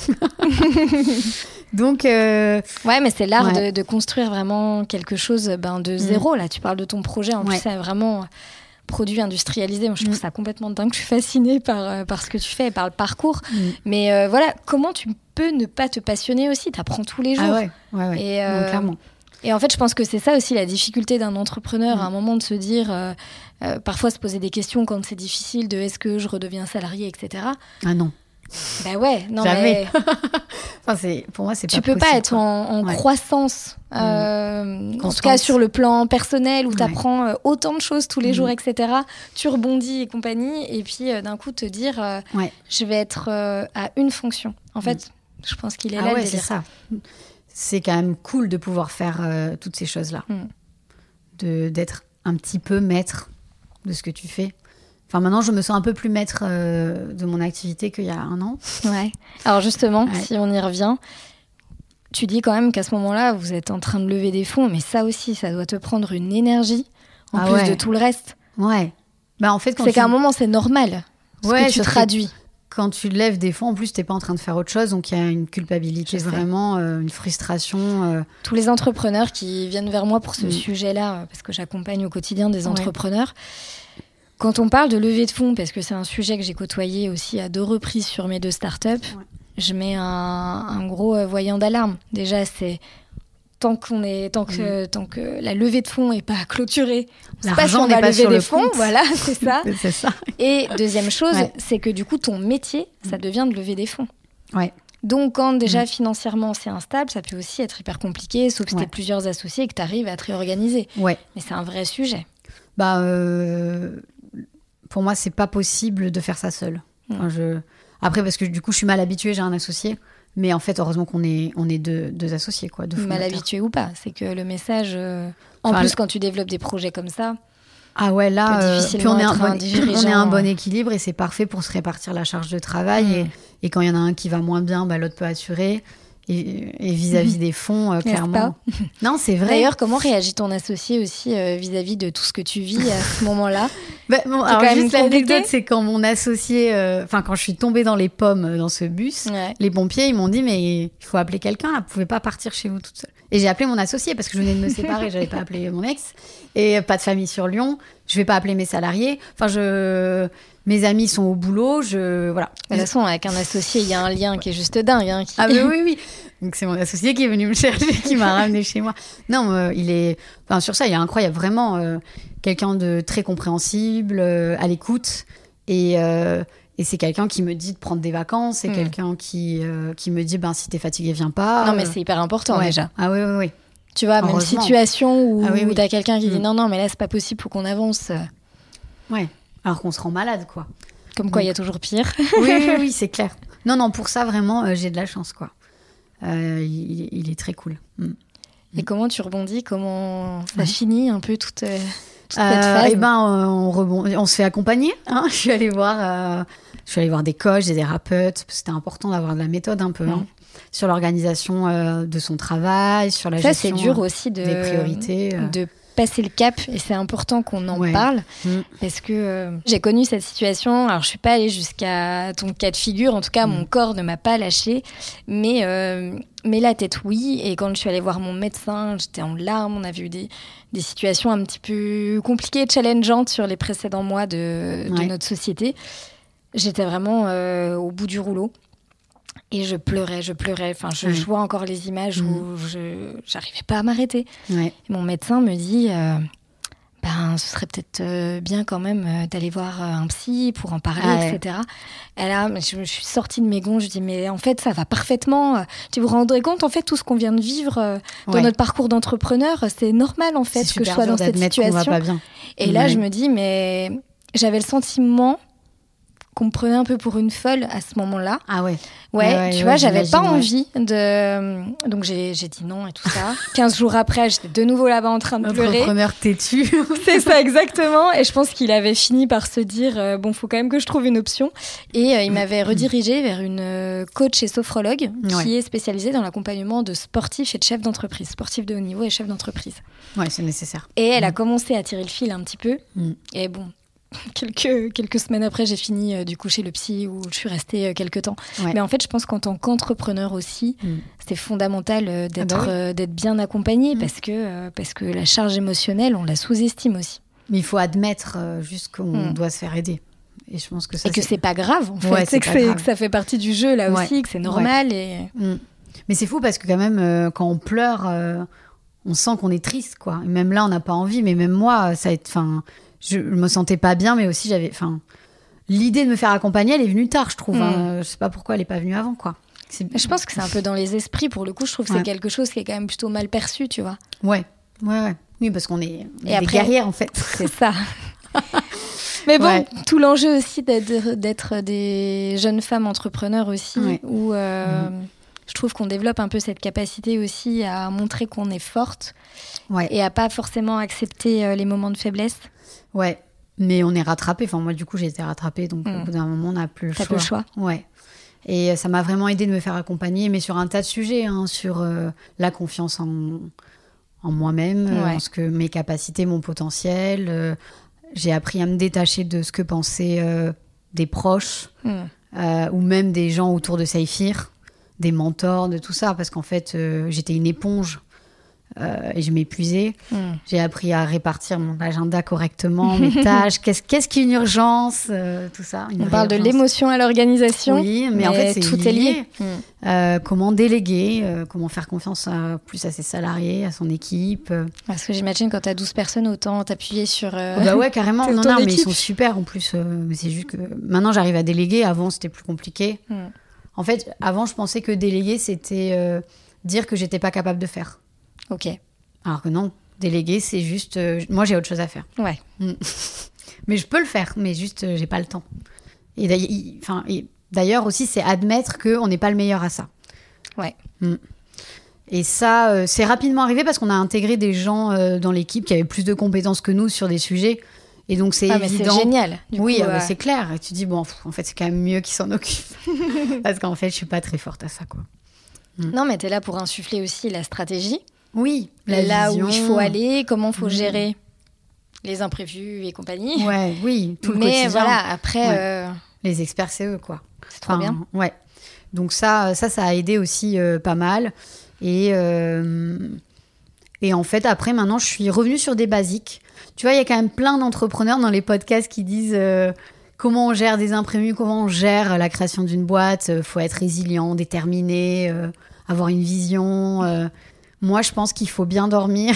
Donc, euh... ouais, mais c'est l'art ouais. de, de construire vraiment quelque chose ben, de zéro. Mmh. Là, tu parles de ton projet. En ouais. plus, c'est vraiment produit industrialisé. Moi, je trouve mmh. ça complètement dingue. Je suis fascinée par, par ce que tu fais et par le parcours. Mmh. Mais euh, voilà, comment tu peux ne pas te passionner aussi ? Tu apprends tous les jours. Ah ouais, ouais, ouais. Et, euh, non, clairement. Et en fait, je pense que c'est ça aussi la difficulté d'un entrepreneur, mmh. à un moment de se dire, euh, euh, parfois se poser des questions quand c'est difficile, de est-ce que je redeviens salarié, et cetera. Ah non. Bah ouais, non Jamais. mais enfin, c'est, pour moi, c'est pas tu peux possible, pas être quoi. en, en Ouais. croissance, euh, en Constante. tout cas sur le plan personnel où Ouais. tu apprends autant de choses tous les Mhm. jours, et cetera. Tu rebondis et compagnie, et puis euh, d'un coup te dire euh, Ouais. je vais être euh, à une fonction. En fait, je pense qu'il est Ah là ouais, le c'est délire. ça. C'est quand même cool de pouvoir faire euh, toutes ces choses-là. Mm. De, d'être un petit peu maître de ce que tu fais. Enfin, maintenant, je me sens un peu plus maître euh, de mon activité qu'il y a un an. Ouais. Alors justement, Ouais. si on y revient, tu dis quand même qu'à ce moment-là, vous êtes en train de lever des fonds, mais ça aussi, ça doit te prendre une énergie en Ah plus ouais. de tout le reste. Ouais. Bah, en fait, quand C'est tu... qu'à un moment, c'est normal. Ce Ouais, que tu surtout traduis. quand tu lèves des fonds, en plus, t'es pas en train de faire autre chose, donc il y a une culpabilité, Je sais. vraiment, euh, une frustration. euh, Tous les entrepreneurs qui viennent vers moi pour ce Mm. sujet-là, euh, parce que j'accompagne au quotidien des Ouais. entrepreneurs, quand on parle de levée de fonds, parce que c'est un sujet que j'ai côtoyé aussi à deux reprises sur mes deux startups, Ouais. je mets un, un gros euh, voyant d'alarme. Déjà, c'est tant qu'on est, tant que, tant que la levée de fonds n'est pas clôturée, on sait pas si L'argent on n'est va pas lever sur des le fonds, compte. voilà, c'est ça. c'est ça. Et deuxième chose, Ouais. c'est que du coup, ton métier, ça devient de lever des fonds. Ouais. Donc, quand déjà Mm. financièrement c'est instable, ça peut aussi être hyper compliqué, sauf si Ouais. t'es plusieurs associés et que t'arrives à te réorganiser. Ouais. Mais c'est un vrai sujet. Bah, euh, pour moi, c'est pas possible de faire ça seul. Enfin, je... Après, parce que du coup, je suis mal habituée, j'ai un associé. Mais en fait, heureusement qu'on est, on est deux, deux associés, quoi, deux Mal fondateurs. habitué ou pas, c'est que le message. euh, En Enfin, plus, le- quand tu développes des projets comme ça, Ah ouais, là, peut euh, difficilement puis on est, un être bon, un dirigeant. on est un bon équilibre et c'est parfait pour se répartir la charge de travail. Mm. Et, et quand il y en a un qui va moins bien, bah, l'autre peut assurer. Et, et vis-à-vis des fonds, euh, N'est-ce clairement. Non, c'est vrai. D'ailleurs, comment réagit ton associé aussi euh, vis-à-vis de tout ce que tu vis à ce moment-là? Bah, bon, C'est alors, quand même juste compliqué. l'anecdote, c'est quand mon associé, euh, enfin, quand je suis tombée dans les pommes euh, dans ce bus, Ouais. les pompiers, ils m'ont dit, mais il faut appeler quelqu'un, là, vous pouvez pas partir chez vous toute seule. Et j'ai appelé mon associé parce que je venais de me séparer, j'avais pas appelé mon ex, et pas de famille sur Lyon, je vais pas appeler mes salariés, enfin, je, mes amis sont au boulot, je, voilà. De toute façon, avec un associé, il y a un lien qui est juste dingue. Hein, qui... Ah mais oui, oui. Donc c'est mon associé qui est venu me chercher, qui m'a ramené chez moi. Non, euh, il est, enfin, sur ça, il est incroyable, vraiment euh, quelqu'un de très compréhensible, euh, à l'écoute, et euh, et c'est quelqu'un qui me dit de prendre des vacances, c'est Mm. quelqu'un qui euh, qui me dit ben si t'es fatigué, viens pas. Non, mais Euh, c'est hyper important ouais. déjà. Ah oui, oui, oui. Tu vois, même Heureusement. situation où, Ah oui, oui. où t'as quelqu'un qui dit Mm. non, non, mais là, c'est pas possible, faut qu'on avance. Ouais. Alors qu'on se rend malade, quoi. Comme quoi, il y a Donc- toujours pire. Oui, oui, oui, c'est clair. Non, non, pour ça vraiment, euh, j'ai de la chance, quoi. Euh, il, il est très cool. Mm. Et comment tu rebondis? Comment ça Ouais. finit un peu toute, euh, toute cette Euh, phase? eh ben, euh, on, rebond... on se fait accompagner. Hein. Je suis allée voir, euh, je suis allée voir des coachs, des thérapeutes. C'était important d'avoir de la méthode un peu Mhm. hein, sur l'organisation euh, de son travail, sur la Ça, c'est gestion dur euh, aussi de, des priorités. euh. de passer le cap. Et c'est important qu'on en Ouais. parle. Mm. Parce que euh, j'ai connu cette situation. Alors, je suis pas allée jusqu'à ton cas de figure. En tout cas, Mm. mon corps ne m'a pas lâché. Mais, euh, mais la tête, oui. Et quand je suis allée voir mon médecin, j'étais en larmes. On avait eu des, des situations un petit peu compliquées, challengeantes sur les précédents mois de, de Ouais. notre société. J'étais vraiment euh, au bout du rouleau. Et je pleurais, je pleurais. Enfin, je, Ouais. je vois encore les images Mm. où je j'arrivais pas à m'arrêter. Ouais. Et mon médecin me dit, euh, ben, ce serait peut-être euh, bien quand même euh, d'aller voir euh, un psy pour en parler, Ah ouais. et cetera. Et là, je me suis sortie de mes gonds. Je dis, mais en fait, ça va parfaitement. Tu vous rendrez compte, en fait, tout ce qu'on vient de vivre euh, dans Ouais. notre parcours d'entrepreneur, c'est normal, en fait, C'est que je super sois dur dans cette d'admettre qu'on va situation. pas bien. Et là, Ouais. je me dis, mais j'avais le sentiment qu'on me prenait un peu pour une folle à ce moment-là. Ah ouais. Ouais, Ouais, ouais, tu ouais, vois, j'avais pas j'imagine, ouais. envie de... Donc j'ai j'ai dit non et tout ça. quinze jours après, j'étais de nouveau là-bas en train de pleurer. Entrepreneur têtu. C'est ça, exactement. Et je pense qu'il avait fini par se dire, euh, bon, faut quand même que je trouve une option. Et euh, il m'avait redirigée vers une euh, coach et sophrologue Ouais. qui est spécialisée dans l'accompagnement de sportifs et de chefs d'entreprise, sportifs de haut niveau et chefs d'entreprise. Ouais, c'est nécessaire. Et elle a commencé à tirer le fil un petit peu. Mm. Et bon... Quelques, quelques semaines après, j'ai fini euh, du coup chez le psy où je suis restée euh, quelques temps. Ouais. Mais en fait, je pense qu'en tant qu'entrepreneur aussi, Mm. c'est fondamental euh, d'être Ah bah oui. euh, d'être bien accompagné Mm. parce, que, euh, parce que la charge émotionnelle, on la sous-estime aussi. Mais il faut admettre euh, juste qu'on Mm. doit se faire aider. Et je pense que ça, Et que c'est pas grave, en fait. Ouais, c'est c'est que, pas c'est- grave. que ça fait partie du jeu, là Ouais. aussi, que c'est normal. Et... Mm. Mais c'est fou parce que quand même, euh, quand on pleure, euh, on sent qu'on est triste, quoi. Et même là, on n'a pas envie. Mais même moi, ça a été, enfin, je me sentais pas bien, mais aussi j'avais, enfin, l'idée de me faire accompagner, elle est venue tard, je trouve. Mmh. Hein. Je sais pas pourquoi elle est pas venue avant, quoi. C'est... Je pense que c'est un peu dans les esprits, pour le coup. Je trouve que ouais. c'est quelque chose qui est quand même plutôt mal perçu, tu vois. Ouais, ouais, ouais. Oui, parce qu'on est, on est Et des après, guerrières, en fait. C'est ça. Mais bon, ouais. tout l'enjeu aussi d'être, d'être des jeunes femmes entrepreneurs aussi, ouais. où euh, mmh. je trouve qu'on développe un peu cette capacité aussi à montrer qu'on est forte ouais. et à pas forcément accepter les moments de faiblesse. Ouais, mais on est rattrapés. Enfin, moi, du coup, j'ai été rattrapée, donc mmh. au bout d'un moment, on n'a plus le T'as choix. Plus le choix. Ouais. Et ça m'a vraiment aidée de me faire accompagner, mais sur un tas de sujets, hein, sur euh, la confiance en, en moi-même, ouais. en ce que mes capacités, mon potentiel. Euh, j'ai appris à me détacher de ce que pensaient euh, des proches mmh. euh, ou même des gens autour de Saphir, des mentors, de tout ça, parce qu'en fait, euh, j'étais une éponge. Euh, et je m'épuisais. Mmh. J'ai appris à répartir mon agenda correctement, mes tâches, qu'est-ce, qu'est-ce qu'une urgence, euh, tout ça. Une On parle urgence. De l'émotion à l'organisation. Oui, mais, mais en fait, c'est tout lié. Est lié. Mmh. Euh, comment déléguer, euh, comment faire confiance à, plus à ses salariés, à son équipe. Parce que j'imagine quand tu as douze personnes, autant t'appuyer sur euh, oh bah ouais, carrément. Non, non, équipe. Mais ils sont super en plus. Euh, mais c'est juste que maintenant, j'arrive à déléguer. Avant, c'était plus compliqué. Mmh. En fait, avant, je pensais que déléguer, c'était euh, dire que j'étais pas capable de faire. Ok. Alors que non, déléguer, c'est juste... Euh, moi, j'ai autre chose à faire. Ouais. Mm. Mais je peux le faire, mais juste, euh, j'ai pas le temps. Et d'ailleurs, enfin, et d'ailleurs aussi, c'est admettre qu'on n'est pas le meilleur à ça. Ouais. Mm. Et ça, euh, c'est rapidement arrivé parce qu'on a intégré des gens euh, dans l'équipe qui avaient plus de compétences que nous sur des sujets. Et donc, c'est ah, évident. Mais c'est génial. Du oui, coup, euh... c'est clair. Et tu dis, bon, pff, en fait, c'est quand même mieux qu'ils s'en occupent. Parce qu'en fait, je suis pas très forte à ça, quoi. Mm. Non, mais t'es là pour insuffler aussi la stratégie. Oui, la là vision. Où il faut aller, comment il faut mmh. gérer les imprévus et compagnie. Ouais, oui, tout le Mais quotidien. Mais voilà, après... Ouais. Euh... Les experts, c'est eux, quoi. C'est trop enfin, bien. Ouais. Donc ça, ça, ça a aidé aussi euh, pas mal. Et, euh, et en fait, après, maintenant, je suis revenue sur des basiques. Tu vois, il y a quand même plein d'entrepreneurs dans les podcasts qui disent... Euh, comment on gère des imprévus, comment on gère la création d'une boîte. Il faut être résilient, déterminé, euh, avoir une vision... Euh, Moi, je pense qu'il faut bien dormir,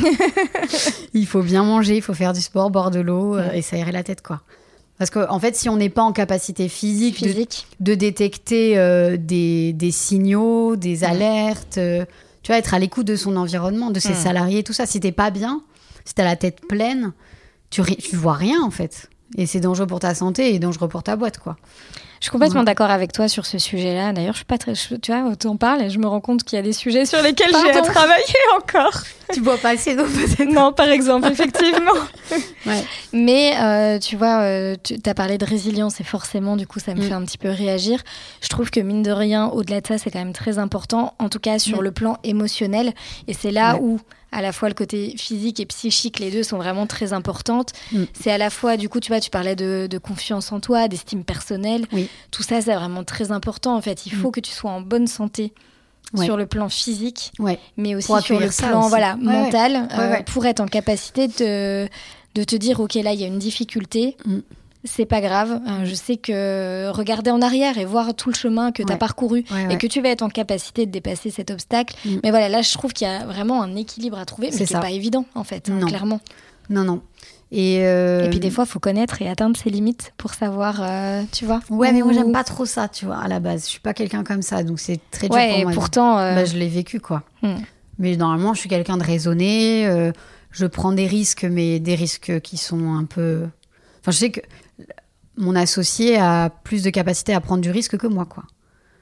il faut bien manger, il faut faire du sport, boire de l'eau euh, et s'aérer la tête, quoi. Parce qu'en en fait, si on n'est pas en capacité physique, physique. De, de détecter euh, des, des signaux, des mmh. alertes, euh, tu vois, être à l'écoute de son environnement, de ses mmh. salariés, tout ça, si t'es pas bien, si t'as la tête pleine, tu, tu vois rien, en fait. Et c'est dangereux pour ta santé et dangereux pour ta boîte, quoi. Je suis complètement ouais. d'accord avec toi sur ce sujet-là. D'ailleurs, je suis pas très... Je, tu vois, t'en parles et je me rends compte qu'il y a des sujets sur lesquels Pardon. J'ai à travailler encore. Tu bois pas assez d'eau, peut-être? Non, par exemple, effectivement. Ouais. Mais, euh, tu vois, euh, tu as parlé de résilience et forcément, du coup, ça me mm. fait un petit peu réagir. Je trouve que, mine de rien, au-delà de ça, c'est quand même très important, en tout cas sur mm. le plan émotionnel. Et c'est là ouais. où... à la fois le côté physique et psychique, les deux sont vraiment très importantes. Mm. C'est à la fois, du coup, tu vois, tu parlais de, de confiance en toi, d'estime personnelle. Oui. Tout ça, c'est vraiment très important, en fait. Il faut mm. que tu sois en bonne santé ouais. sur le plan physique, ouais. mais aussi sur le plan aussi. Voilà, ouais, mental, ouais. Euh, ouais, ouais. pour être en capacité de, de te dire, OK, là, il y a une difficulté. Mm. C'est pas grave, euh, je sais que regarder en arrière et voir tout le chemin que tu as ouais. parcouru ouais, ouais. et que tu vas être en capacité de dépasser cet obstacle. Mm. Mais voilà, là, je trouve qu'il y a vraiment un équilibre à trouver, mais c'est qui n'est pas évident, en fait, hein, clairement. Non, non. Et, euh... et puis des fois, il faut connaître et atteindre ses limites pour savoir, euh, tu vois. Ouais, où... mais moi, j'aime pas trop ça, tu vois, à la base. Je suis pas quelqu'un comme ça, donc c'est très dur ouais, pour moi. Et pourtant... Euh... Bah, je l'ai vécu, quoi. Mm. Mais normalement, je suis quelqu'un de raisonné. Euh, je prends des risques, mais des risques qui sont un peu... Enfin, je sais que... Mon associé a plus de capacité à prendre du risque que moi, quoi.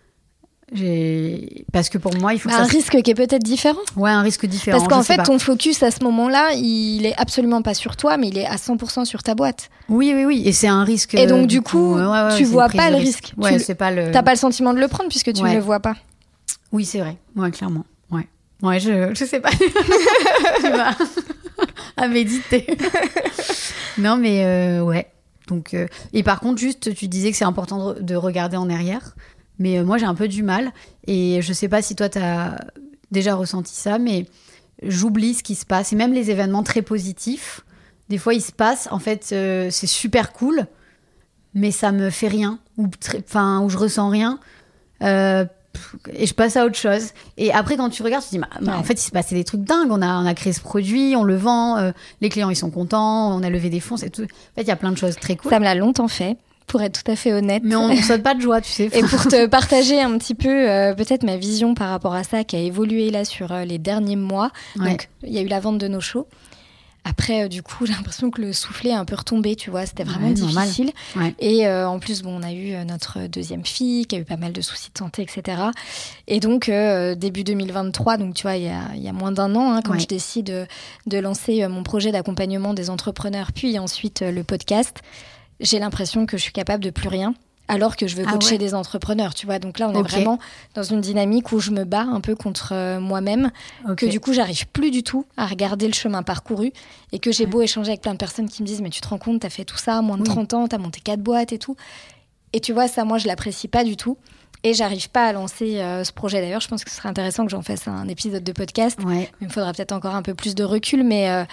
J'ai... Parce que pour moi, il faut bah que ça... Un risque qui est peut-être différent. Ouais, un risque différent. Parce qu'en fait, ton focus à ce moment-là, il est absolument pas sur toi, mais il est à cent pour cent sur ta boîte. Oui, oui, oui. Et c'est un risque... Et donc, du coup, ouais, ouais, tu vois pas le risque. Ouais, tu c'est pas le... T'as pas le sentiment de le prendre puisque tu ouais. ne le vois pas. Oui, c'est vrai. Ouais, clairement. Ouais, ouais je, je sais pas. Tu vas à méditer. Non, mais euh, ouais. Donc, euh, et par contre, juste, tu disais que c'est important de, de regarder en arrière. Mais euh, moi, j'ai un peu du mal. Et je sais pas si toi, tu as déjà ressenti ça, mais j'oublie ce qui se passe. Et même les événements très positifs, des fois, ils se passent. En fait, euh, c'est super cool, mais ça me fait rien. Ou, enfin, ou je ressens rien. Euh, et je passe à autre chose. Et après, quand tu regardes, tu te dis, bah, bah, ouais. en fait, il s'est passé des trucs dingues. On a, on a créé ce produit, on le vend, euh, les clients, ils sont contents, on a levé des fonds. C'est tout. En fait, il y a plein de choses très cool. Ça me l'a longtemps fait. pour être tout à fait honnête. Mais on ne saute pas de joie, tu sais. Et pour te partager un petit peu euh, peut-être ma vision par rapport à ça qui a évolué là sur euh, les derniers mois. Ouais. Donc, il y a eu la vente de nos shows. Après, euh, du coup, j'ai l'impression que le soufflet est un peu retombé, tu vois. C'était vraiment ouais, difficile. Ouais. Et euh, en plus, bon, on a eu euh, notre deuxième fille qui a eu pas mal de soucis de santé, et cetera. Et donc, euh, début deux mille vingt-trois, donc tu vois, il y a, y a moins d'un an, hein, quand ouais. je décide de, de lancer euh, mon projet d'accompagnement des entrepreneurs, puis ensuite euh, le podcast, j'ai l'impression que je suis capable de plus rien. Alors que je veux coacher ah ouais. des entrepreneurs, tu vois. Donc là, on est okay. vraiment dans une dynamique où je me bats un peu contre euh, moi-même, okay. que du coup, j'arrive plus du tout à regarder le chemin parcouru et que j'ai ouais. beau échanger avec plein de personnes qui me disent « Mais tu te rends compte, t'as fait tout ça à moins de oui. trente ans, t'as monté quatre boîtes et tout. » Et tu vois, ça, moi, je l'apprécie pas du tout. Et j'arrive pas à lancer euh, ce projet. D'ailleurs, je pense que ce serait intéressant que j'en fasse un épisode de podcast. Ouais. Il me faudra peut-être encore un peu plus de recul, mais... Euh,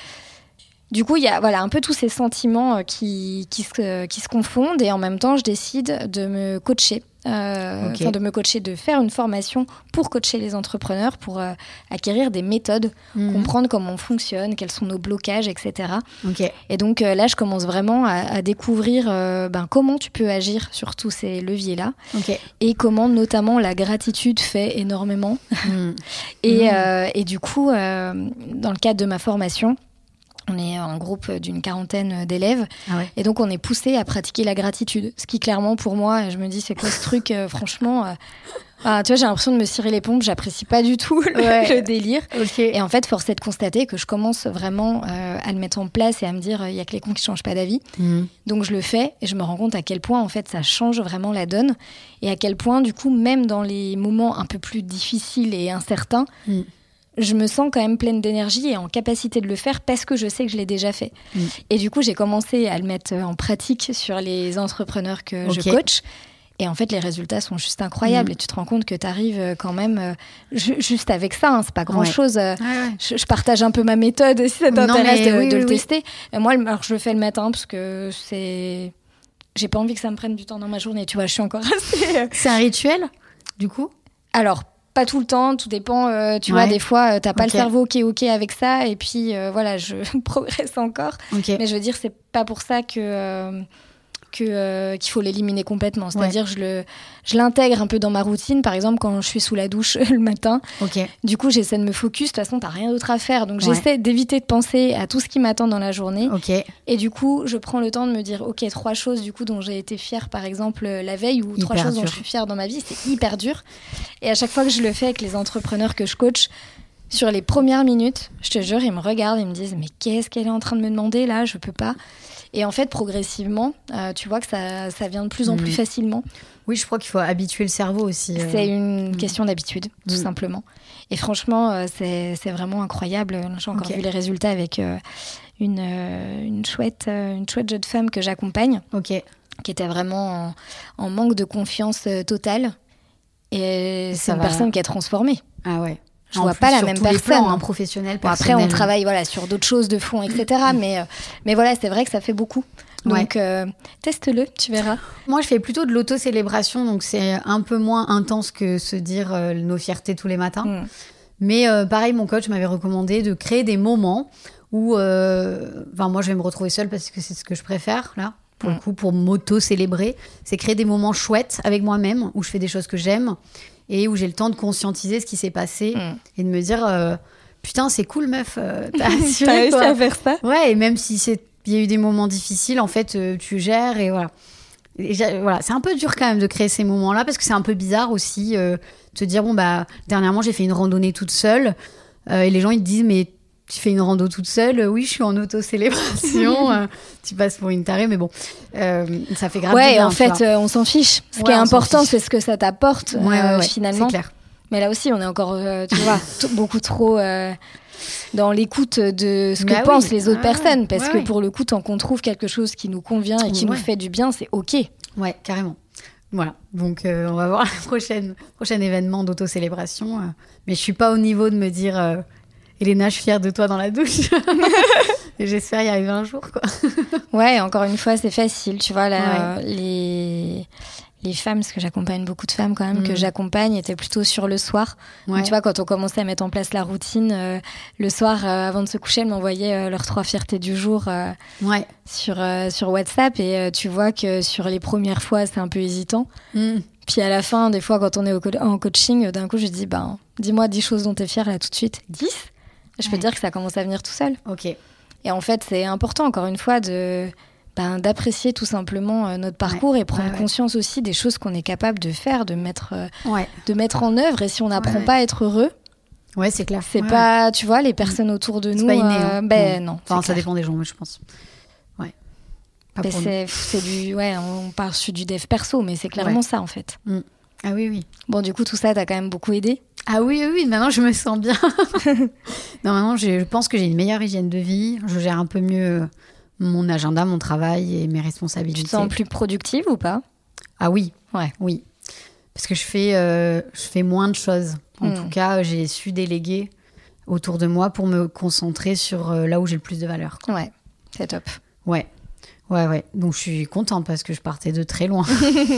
Du coup, il y a voilà, un peu tous ces sentiments qui, qui, se, qui se confondent et en même temps, je décide de me coacher, euh, okay. de me coacher, de faire une formation pour coacher les entrepreneurs, pour euh, acquérir des méthodes, mmh. comprendre comment on fonctionne, quels sont nos blocages, et cetera. Okay. Et donc euh, là, je commence vraiment à, à découvrir euh, ben, comment tu peux agir sur tous ces leviers-là okay. et comment notamment la gratitude fait énormément. Mmh. et, mmh. Euh, et du coup, euh, dans le cadre de ma formation, on est un groupe d'une quarantaine d'élèves ah ouais. et donc on est poussé à pratiquer la gratitude. Ce qui clairement pour moi, je me dis c'est quoi ce truc euh, franchement euh, ah, tu vois, j'ai l'impression de me cirer les pompes, j'apprécie pas du tout le, ouais. le délire. Okay. Et en fait, force est de constater que je commence vraiment euh, à le mettre en place et à me dire il y a que les cons qui changent pas d'avis. Mmh. Donc je le fais et je me rends compte à quel point en fait ça change vraiment la donne et à quel point du coup même dans les moments un peu plus difficiles et incertains, mmh. je me sens quand même pleine d'énergie et en capacité de le faire parce que je sais que je l'ai déjà fait. Mmh. Et du coup, j'ai commencé à le mettre en pratique sur les entrepreneurs que okay. je coach. Et en fait, les résultats sont juste incroyables. Mmh. Et tu te rends compte que tu arrives quand même euh, ju- juste avec ça. Hein, c'est pas grand-chose. Ouais. Ouais, ouais. Je, je partage un peu ma méthode si ça t'intéresse non, de, oui, de oui, le oui. tester. Et moi, alors, je le fais le matin parce que c'est... j'ai pas envie que ça me prenne du temps dans ma journée. Tu vois, je suis encore assez... C'est un rituel, du coup ? Alors, pas tout le temps, tout dépend. Euh, tu ouais. vois, des fois, euh, t'as pas okay. le cerveau qui est OK avec ça. Et puis, euh, voilà, je progresse encore. Okay. Mais je veux dire, c'est pas pour ça que... Euh, Que, euh, qu'il faut l'éliminer complètement. C'est-à-dire ouais. je, le, je l'intègre un peu dans ma routine. Par exemple, quand je suis sous la douche le matin, okay. du coup, j'essaie de me focus. De toute façon, t'as rien d'autre à faire. Donc, ouais. j'essaie d'éviter de penser à tout ce qui m'attend dans la journée. Okay. Et du coup, je prends le temps de me dire, OK, trois choses du coup dont j'ai été fière, par exemple, la veille, ou hyper trois choses dur. Dont je suis fière dans ma vie. C'est hyper dur. Et à chaque fois que je le fais avec les entrepreneurs que je coach, sur les premières minutes, je te jure, ils me regardent, ils me disent, mais qu'est-ce qu'elle est en train de me demander là ? Je peux pas. Et en fait, progressivement, euh, tu vois que ça, ça vient de plus en plus mmh. facilement. Oui, je crois qu'il faut habituer le cerveau aussi. Euh... C'est une mmh. question d'habitude, tout mmh. simplement. Et franchement, euh, c'est, c'est vraiment incroyable. J'ai encore okay. vu les résultats avec euh, une, euh, une, chouette, euh, une chouette jeune femme que j'accompagne, okay. qui était vraiment en, en manque de confiance euh, totale. Et ça c'est une va... personne qui est transformée. Ah ouais. Je ne vois pas la même personne. Plans, hein, professionnel, bon, après, on travaille voilà, sur d'autres choses de fond, et cetera. mais, euh, mais voilà, c'est vrai que ça fait beaucoup. Donc, ouais. euh, teste-le, tu verras. Moi, je fais plutôt de l'auto-célébration, donc c'est un peu moins intense que se dire euh, nos fiertés tous les matins. Mm. Mais euh, pareil, mon coach m'avait recommandé de créer des moments où... Euh, enfin, moi, je vais me retrouver seule parce que c'est ce que je préfère, là. Pour mm. le coup, pour m'auto-célébrer. C'est créer des moments chouettes avec moi-même, où je fais des choses que j'aime. Et où j'ai le temps de conscientiser ce qui s'est passé mmh. et de me dire euh, putain c'est cool meuf, euh, t'as assuré t'as réussi à faire ça. Ouais, et même si c'est il y a eu des moments difficiles en fait euh, tu gères et voilà. Et voilà, c'est un peu dur quand même de créer ces moments-là parce que c'est un peu bizarre aussi euh, te dire bon bah dernièrement j'ai fait une randonnée toute seule euh, et les gens ils te disent mais tu fais une rando toute seule, oui, je suis en auto-célébration, euh, tu passes pour une tarée, mais bon, euh, ça fait grave ouais, bien. Ouais, en fait, euh, on s'en fiche. Ce ouais, qui est important, c'est ce que ça t'apporte, ouais, euh, ouais, finalement. C'est clair. Mais là aussi, on est encore, euh, tu vois, t- beaucoup trop euh, dans l'écoute de ce que bah pensent oui. les autres ah, personnes, parce ouais, que ouais. pour le coup, tant qu'on trouve quelque chose qui nous convient et qui ouais. nous fait du bien, c'est OK. Ouais, carrément. Voilà, donc euh, on va voir le prochain, prochain événement d'auto-célébration. Euh, mais je suis pas au niveau de me dire... Euh, Elena, je suis fière de toi dans la douche. Et j'espère y arriver un jour, quoi. Ouais, encore une fois, c'est facile. Tu vois, là, ouais. euh, les... les femmes, parce que j'accompagne beaucoup de femmes quand même, mmh. que j'accompagne, étaient plutôt sur le soir. Ouais. Donc, tu vois, quand on commençait à mettre en place la routine, euh, le soir, euh, avant de se coucher, elles m'envoyaient euh, leurs trois fiertés du jour euh, ouais. sur, euh, sur WhatsApp. Et euh, tu vois que sur les premières fois, c'est un peu hésitant. Mmh. Puis à la fin, des fois, quand on est au co- en coaching, d'un coup, je dis, ben, dis-moi dix choses dont tu es fière là tout de suite. dix Je ouais. peux te dire que ça commence à venir tout seul. Ok. Et en fait, c'est important, encore une fois, de... Ben, d'apprécier tout simplement euh, notre parcours ouais, et prendre ouais, conscience ouais. aussi des choses qu'on est capable de faire, de mettre, euh, ouais. de mettre en œuvre. Et si on n'apprend ouais, pas à être heureux, ouais, c'est clair. C'est ouais, pas, ouais. tu vois, les personnes autour de c'est nous. Pas inné, hein. euh, ben, mmh. non. Enfin, ça clair. Dépend des gens, je pense. Ouais. Pas ben, c'est, c'est du, ouais, on part sur du dev perso, mais c'est clairement ouais. ça en fait. Mmh. Ah oui, oui. Bon, du coup, tout ça, t'as quand même beaucoup aidé. Ah oui, oui, oui. Maintenant, je me sens bien. non, maintenant, je pense que j'ai une meilleure hygiène de vie. Je gère un peu mieux mon agenda, mon travail et mes responsabilités. Tu te sens plus productive ou pas ? Ah oui, ouais. oui. Parce que je fais, euh, je fais moins de choses. En mmh. tout cas, j'ai su déléguer autour de moi pour me concentrer sur euh, là où j'ai le plus de valeur. Quoi. Ouais, c'est top. Ouais, ouais, ouais. Donc, je suis contente parce que je partais de très loin.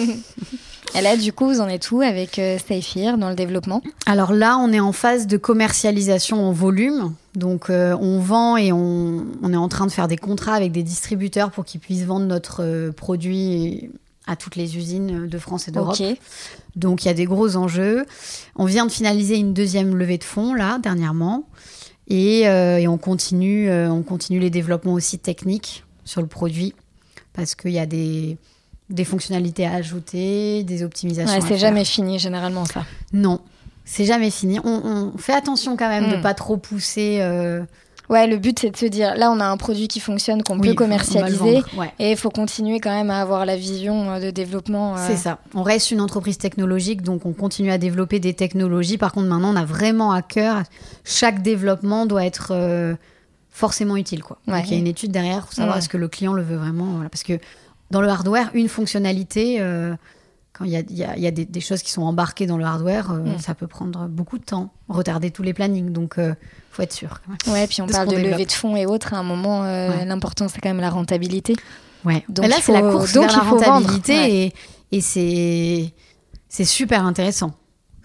Et là, du coup, vous en êtes où avec euh, Saphir dans le développement ? Alors là, on est en phase de commercialisation en volume. Donc, euh, on vend et on, on est en train de faire des contrats avec des distributeurs pour qu'ils puissent vendre notre euh, produit à toutes les usines de France et d'Europe. Okay. Donc, il y a des gros enjeux. On vient de finaliser une deuxième levée de fonds, là, dernièrement. Et, euh, et on continue, euh, on continue les développements aussi techniques sur le produit parce qu'il y a des... des fonctionnalités à ajouter, des optimisations ouais, à c'est faire. jamais fini, généralement, ça. Non, c'est jamais fini. On, on fait attention quand même mmh. de ne pas trop pousser... Euh... Ouais, le but, c'est de se dire, là, on a un produit qui fonctionne, qu'on oui, peut commercialiser, ouais. et il faut continuer quand même à avoir la vision de développement. Euh... C'est ça. On reste une entreprise technologique, donc on continue à développer des technologies. Par contre, maintenant, on a vraiment à cœur, chaque développement doit être... Euh, forcément utile, quoi. Ouais. Donc, il y a une étude derrière pour savoir mmh. est-ce que le client le veut vraiment. Voilà. Parce que dans le hardware, une fonctionnalité, euh, quand il y a, y a, y a des, des choses qui sont embarquées dans le hardware, euh, mmh. ça peut prendre beaucoup de temps, retarder tous les plannings. Donc, il euh, faut être sûr. Ouais, puis on de parle de levée de fonds et autres. À un moment, euh, ouais. l'important, c'est quand même la rentabilité. Ouais. Donc, là, faut, c'est la course donc vers il la faut rentabilité vendre. Ouais. et, et c'est, c'est super intéressant.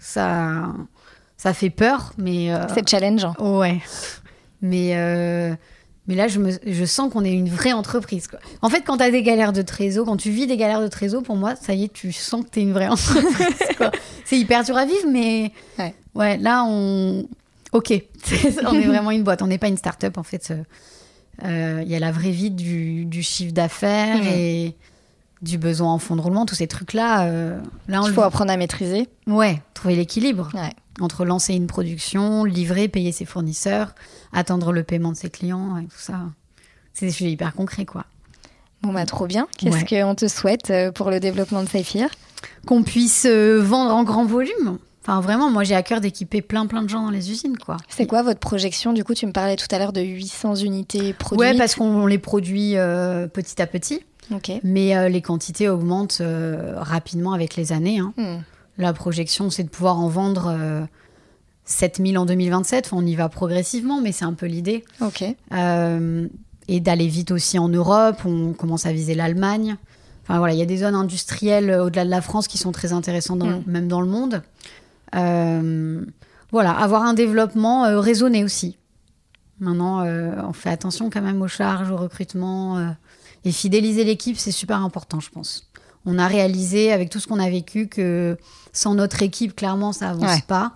Ça, ça fait peur, mais... Euh, c'est challengeant. Ouais. Mais... Euh, Mais là, je, me, je sens qu'on est une vraie entreprise, quoi. En fait, quand tu as des galères de trésor, quand tu vis des galères de trésor, pour moi, ça y est, tu sens que tu es une vraie entreprise, quoi. C'est hyper dur à vivre, mais ouais, ouais là, on... Ok, on est vraiment une boîte. On n'est pas une start-up, en fait. Il euh, y a la vraie vie du, du chiffre d'affaires mmh. et du besoin en fonds de roulement, tous ces trucs-là. Euh, là, il faut le... apprendre à maîtriser. Ouais, trouver l'équilibre. Ouais. Entre lancer une production, livrer, payer ses fournisseurs, attendre le paiement de ses clients et tout ça. C'est des sujets hyper concrets, quoi. Bon, bah, trop bien. Qu'est-ce ouais. qu'on te souhaite pour le développement de Saphir ? Qu'on puisse euh, vendre en grand volume. Enfin, vraiment, moi, j'ai à cœur d'équiper plein, plein de gens dans les usines, quoi. C'est quoi votre projection ? Du coup, tu me parlais tout à l'heure de huit cents unités produites. Ouais, parce qu'on les produit euh, petit à petit. Ok. Mais euh, les quantités augmentent euh, rapidement avec les années, hein. Hmm. La projection, c'est de pouvoir en vendre euh, sept mille en deux mille vingt-sept. Enfin, on y va progressivement, mais c'est un peu l'idée. Ok. Euh, et d'aller vite aussi en Europe. On commence à viser l'Allemagne. Enfin, voilà, il y a des zones industrielles au-delà de la France qui sont très intéressantes, dans, mmh. même dans le monde. Euh, voilà, avoir un développement euh, raisonné aussi. Maintenant, euh, on fait attention quand même aux charges, au recrutement. Euh, et fidéliser l'équipe, c'est super important, je pense. On a réalisé, avec tout ce qu'on a vécu, que sans notre équipe, clairement, ça avance ouais. pas.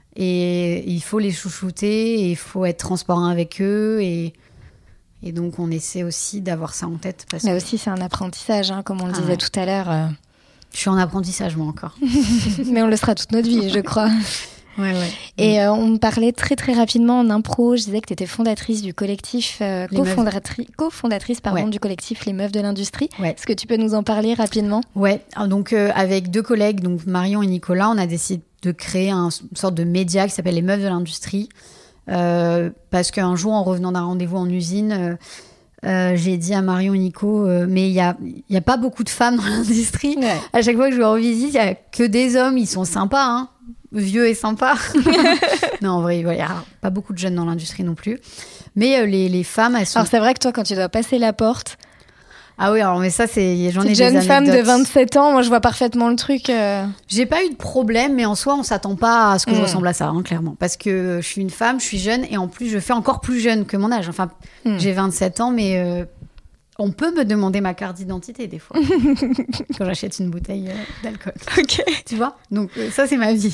Et il faut les chouchouter, et il faut être transparent avec eux. Et, et donc, on essaie aussi d'avoir ça en tête. Parce Mais que... aussi, c'est un apprentissage, hein, comme on le ah disait ouais. tout à l'heure. Euh... Je suis en apprentississage, moi, encore. Mais on le sera toute notre vie, je crois. Ouais, ouais. Et euh, on me parlait très très rapidement en impro, je disais que tu étais fondatrice du collectif, euh, cofondatri- cofondatrice pardon, ouais. du collectif Les Meufs de l'Industrie. Ouais. Est-ce que tu peux nous en parler rapidement ? Ouais, donc euh, avec deux collègues, donc Marion et Nicolas, on a décidé de créer un, une sorte de média qui s'appelle Les Meufs de l'Industrie. Euh, parce qu'un jour, en revenant d'un rendez-vous en usine, euh, euh, j'ai dit à Marion et Nico, euh, mais il n'y a, y a pas beaucoup de femmes dans l'industrie. Ouais. À chaque fois que je vais en visite, il n'y a que des hommes, ils sont sympas, hein. Vieux et sympa. Non, en vrai, il n'y a pas beaucoup de jeunes dans l'industrie non plus. Mais euh, les, les femmes, elles sont... Alors, c'est vrai que toi, quand tu dois passer la porte, Ah oui, alors mais ça, c'est j'en ai des anecdotes. Jeune femme de vingt-sept ans, moi je vois parfaitement le truc. Euh... J'ai pas eu de problème, mais en soi, on s'attend pas à ce que mmh. je ressemble à ça, hein, clairement. Parce que je suis une femme, je suis jeune, et en plus, je fais encore plus jeune que mon âge. Enfin, mmh. j'ai vingt-sept ans, mais euh, on peut me demander ma carte d'identité des fois quand j'achète une bouteille euh, d'alcool. Ok. Tu vois ? Donc euh, ça, c'est ma vie.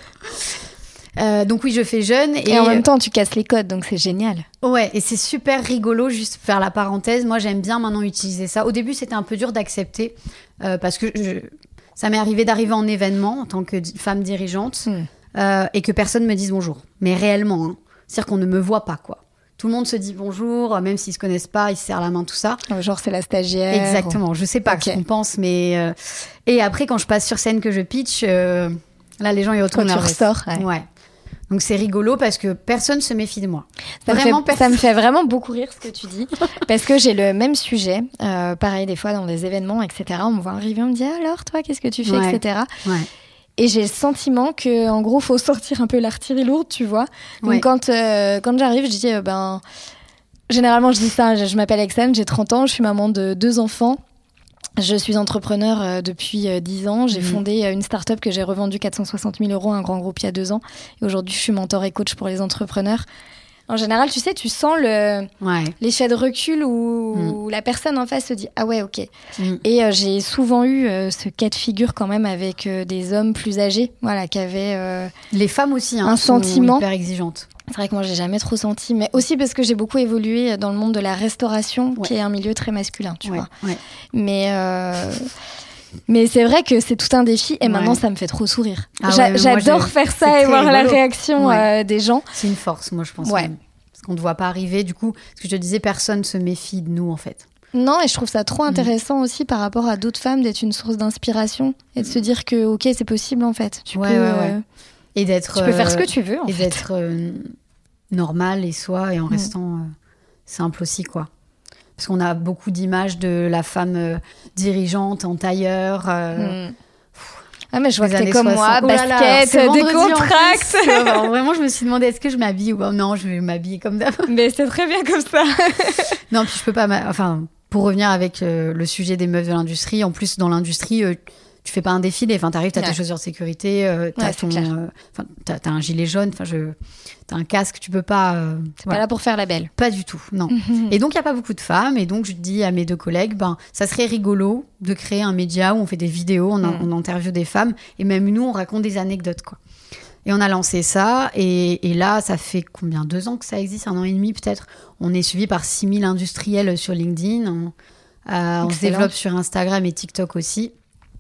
Euh, donc oui, je fais jeune. Et, et en même temps, tu casses les codes, donc c'est génial. Ouais, et c'est super rigolo, juste pour faire la parenthèse. Moi, j'aime bien maintenant utiliser ça. Au début, c'était un peu dur d'accepter, euh, parce que je... ça m'est arrivé d'arriver en événement en tant que di- femme dirigeante, mm. euh, et que personne me dise bonjour. Mais réellement, hein. C'est-à-dire qu'on ne me voit pas, quoi. Tout le monde se dit bonjour, même s'ils se connaissent pas, ils se serrent la main, tout ça. Genre, c'est la stagiaire. Exactement, je sais pas okay. ce qu'on pense, mais... Euh... Et après, quand je passe sur scène, que je pitch, euh... là, les gens, ils retournent leur veste. Quand tu ressors, ouais. ouais. Donc c'est rigolo parce que personne se méfie de moi. Ça, vraiment, me, fait, ça me fait vraiment beaucoup rire ce que tu dis, parce que j'ai le même sujet, euh, pareil des fois dans des événements, et cetera. On me voit arriver, on me dit alors toi qu'est-ce que tu fais, ouais. et cetera. Ouais. Et j'ai le sentiment que en gros faut sortir un peu l'artillerie lourde, tu vois. Donc ouais. quand euh, quand j'arrive, je dis euh, ben généralement je dis ça, je, je m'appelle Exane, j'ai trente ans, je suis maman de deux enfants. Je suis entrepreneur euh, depuis euh, dix ans. J'ai mmh. fondé euh, une start-up que j'ai revendue quatre cent soixante mille euros à un grand groupe il y a deux ans. Et aujourd'hui, je suis mentor et coach pour les entrepreneurs. En général, tu sais, tu sens le, ouais. l'effet de recul où, mmh. où la personne en face se dit « Ah ouais, ok mmh. ». Et euh, j'ai souvent eu euh, ce cas de figure quand même avec euh, des hommes plus âgés, voilà, qui avaient euh, les femmes aussi, hein, un sont sentiment hyper exigeantes. C'est vrai que moi, j'ai jamais trop senti, mais aussi parce que j'ai beaucoup évolué dans le monde de la restauration, ouais. qui est un milieu très masculin, tu ouais, vois. Ouais. Mais, euh... mais c'est vrai que c'est tout un défi, et ouais. maintenant, ça me fait trop sourire. Ah J'a- ouais, j'adore moi, faire ça et voir rigolo. la réaction ouais. euh, des gens. C'est une force, moi, je pense. Ouais. Même. Parce qu'on ne te voit pas arriver. Du coup, ce que je te disais, personne se méfie de nous, en fait. Non, et je trouve ça trop intéressant mmh. aussi par rapport à d'autres femmes d'être une source d'inspiration et de se dire que, ok, c'est possible, en fait. Tu ouais, peux, ouais, ouais. Euh... Et d'être... Tu peux faire ce que tu veux, en et fait. Et d'être... Euh... normal et soi et en restant mmh. euh, simple aussi, quoi. Parce qu'on a beaucoup d'images de la femme euh, dirigeante en tailleur. Euh, mmh. Ah mais je vois que t'es comme soixante. moi, oh basket, là là, décontracte. Alors, vraiment, je me suis demandé est-ce que je m'habille ou pas. Non, je vais m'habiller comme d'hab. Mais c'est très bien comme ça. Non, puis je peux pas... Ma... Enfin, pour revenir avec euh, le sujet des meufs de l'industrie, en plus, dans l'industrie... Euh, tu fais pas un défilé, enfin t'arrives, t'as ouais. tes chaussures de sécurité, euh, t'as ouais, ton, euh, t'as, t'as un gilet jaune, enfin je, t'as un casque, tu peux pas. Euh, c'est voilà. pas là pour faire la belle. Pas du tout, non. Et donc il y a pas beaucoup de femmes, et donc je dis à mes deux collègues, ben ça serait rigolo de créer un média où on fait des vidéos, on, mm. on interviewe des femmes, et même nous on raconte des anecdotes, quoi. Et on a lancé ça, et, et là ça fait combien, deux ans que ça existe, un an et demi peut-être. On est suivi par six mille industriels sur LinkedIn, on, euh, on se développe sur Instagram et TikTok aussi.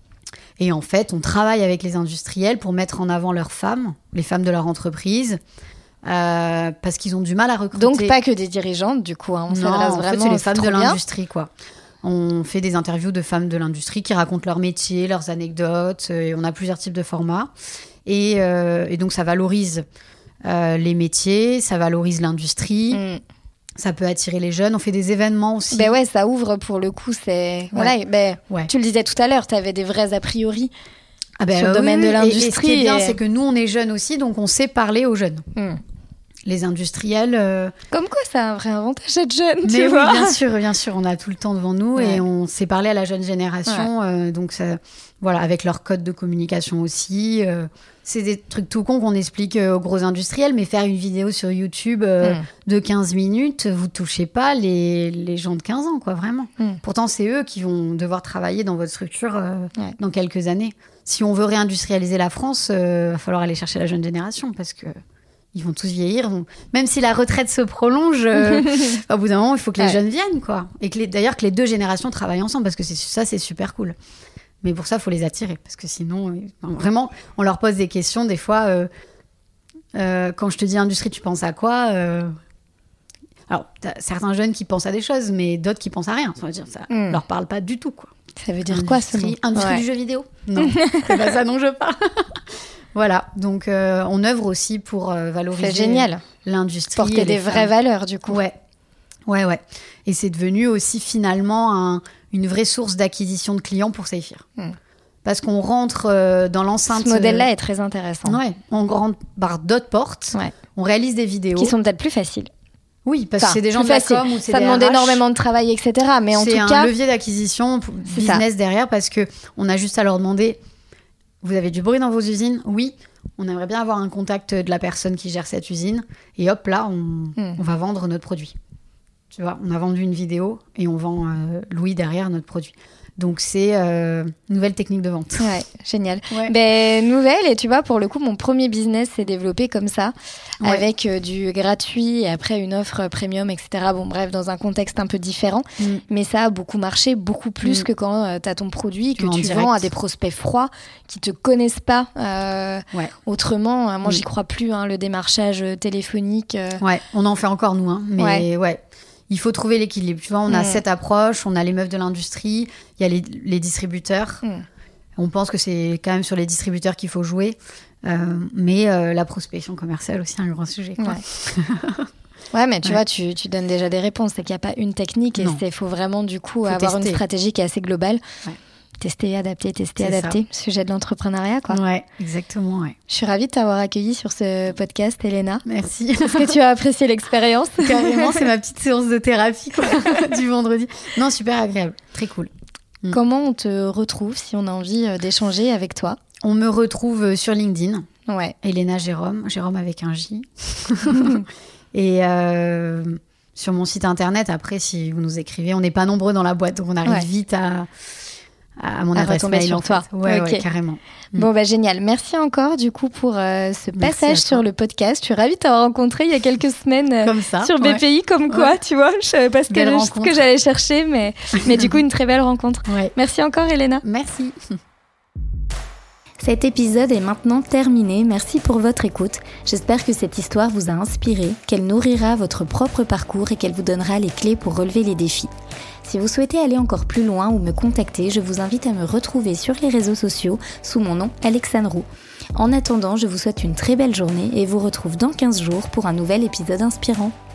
Et en fait, on travaille avec les industriels pour mettre en avant leurs femmes, les femmes de leur entreprise, euh, parce qu'ils ont du mal à recruter. Donc pas que des dirigeantes, du coup, hein. On non, s'adresse en vraiment. fait, c'est les femmes de bien. l'industrie, quoi. On fait des interviews de femmes de l'industrie qui racontent leur métier, leurs anecdotes. Et on a plusieurs types de formats. Et, euh, et donc, ça valorise euh, les métiers, ça valorise l'industrie. Mm. Ça peut attirer les jeunes. On fait des événements aussi. Ben ouais, ça ouvre pour le coup. C'est... Ouais. Voilà, ben, ouais. Tu le disais tout à l'heure, tu avais des vrais a priori ah ben, sur le oui, domaine de l'industrie. Et, et ce qui est bien, et... c'est que nous, on est jeunes aussi, donc on sait parler aux jeunes. Mm. Les industriels... Euh... Comme quoi, ça a un vrai avantage d'être jeune, Mais tu oui, vois. bien sûr, bien sûr. On a tout le temps devant nous ouais. et on sait parler à la jeune génération. Ouais. Euh, donc, ça, voilà, avec leur code de communication aussi... Euh... C'est des trucs tout cons qu'on explique aux gros industriels, mais faire une vidéo sur YouTube euh, mm. de quinze minutes, vous ne touchez pas les, les gens de quinze ans, quoi, vraiment. Mm. Pourtant, c'est eux qui vont devoir travailler dans votre structure euh, ouais. dans quelques années. Si on veut réindustrialiser la France, il euh, va falloir aller chercher la jeune génération, parce que ils vont tous vieillir. Vont... Même si la retraite se prolonge, euh, au bout d'un moment, il faut que les ouais. jeunes viennent, quoi. Et que les... d'ailleurs, que les deux générations travaillent ensemble, parce que c'est... ça, c'est super cool. Mais pour ça, il faut les attirer, parce que sinon, non, vraiment, on leur pose des questions. Des fois, euh, euh, quand je te dis industrie, tu penses à quoi euh... Alors, t'as certains jeunes qui pensent à des choses, mais d'autres qui pensent à rien. Ça veut dire, ça ne mm. leur parle pas du tout, quoi. Ça veut dire industrie, quoi, ça Industrie ouais. du jeu vidéo. Non, c'est pas ça dont je parle. Voilà, donc euh, on œuvre aussi pour euh, valoriser c'est génial. L'industrie. Porter des femmes. vraies valeurs, du coup. Ouais, ouais, ouais. Et c'est devenu aussi finalement un... une vraie source d'acquisition de clients pour Saphir. Mm. Parce qu'on rentre euh, dans l'enceinte... Ce modèle-là est très intéressant. Ouais, on rentre par d'autres portes, ouais. on réalise des vidéos. Qui sont peut-être plus faciles. Oui, parce enfin, que c'est des gens de la com ou c'est ça des demande R H. énormément de travail, et cetera. Mais en tout c'est cas, un levier d'acquisition, business ça. derrière, parce que on a juste à leur demander. Vous avez du bruit dans vos usines ? Oui. On aimerait bien avoir un contact de la personne qui gère cette usine. Et hop, là, on, mm. on va vendre notre produit. Tu vois, on a vendu une vidéo et on vend euh, Louis derrière notre produit. Donc, c'est euh, une nouvelle technique de vente. Ouais, génial. Ouais. Ben, nouvelle, et tu vois, pour le coup, mon premier business s'est développé comme ça, ouais. avec euh, du gratuit et après une offre premium, et cetera. Bon, bref, dans un contexte un peu différent. Mm. Mais ça a beaucoup marché, beaucoup plus mm. que quand euh, tu as ton produit, que en tu direct. Vends à des prospects froids qui te connaissent pas euh, ouais. autrement. Moi, mm. j'y crois plus, hein, le démarchage téléphonique. Euh... Ouais, on en fait encore, nous. Hein, mais ouais. ouais. Il faut trouver l'équilibre. Tu vois, on a mmh. cette approche, on a les meufs de l'industrie, il y a les, les distributeurs. Mmh. On pense que c'est quand même sur les distributeurs qu'il faut jouer. Euh, mais euh, la prospection commerciale aussi, un grand sujet. Quoi. Ouais. ouais, mais tu ouais. vois, tu, tu donnes déjà des réponses. C'est qu'il n'y a pas une technique et il faut vraiment, du coup, faut avoir tester. Une stratégie qui est assez globale. Ouais. Tester, adapter, tester, c'est adapter. Ça. Sujet de l'entrepreneuriat, quoi. Ouais, exactement, ouais. Je suis ravie de t'avoir accueillie sur ce podcast, Elena. Merci. Est-ce que tu as apprécié l'expérience ? Carrément, c'est ma petite séance de thérapie, quoi, du vendredi. Non, super agréable, très cool. Mm. Comment on te retrouve si on a envie d'échanger avec toi ? On me retrouve sur LinkedIn. Ouais. Elena Jérôme, Jérôme avec un J. Et euh, sur mon site internet, après, si vous nous écrivez, on n'est pas nombreux dans la boîte, donc on arrive ouais. vite à... à mon à adresse mail sur en toi. Ouais, okay. ouais, carrément. Bon, bah génial. Merci encore, du coup, pour euh, ce passage sur le podcast. Je suis ravie de t'avoir rencontré il y a quelques semaines euh, comme ça, sur B P I, ouais. comme quoi, ouais. tu vois. Je savais pas ce que, je, ce que j'allais chercher, mais, mais du coup, une très belle rencontre. Ouais. Merci encore, Elena. Merci. Cet épisode est maintenant terminé. Merci pour votre écoute. J'espère que cette histoire vous a inspiré, qu'elle nourrira votre propre parcours et qu'elle vous donnera les clés pour relever les défis. Si vous souhaitez aller encore plus loin ou me contacter, je vous invite à me retrouver sur les réseaux sociaux sous mon nom Alexandre Roux. En attendant, je vous souhaite une très belle journée et vous retrouve dans quinze jours pour un nouvel épisode inspirant.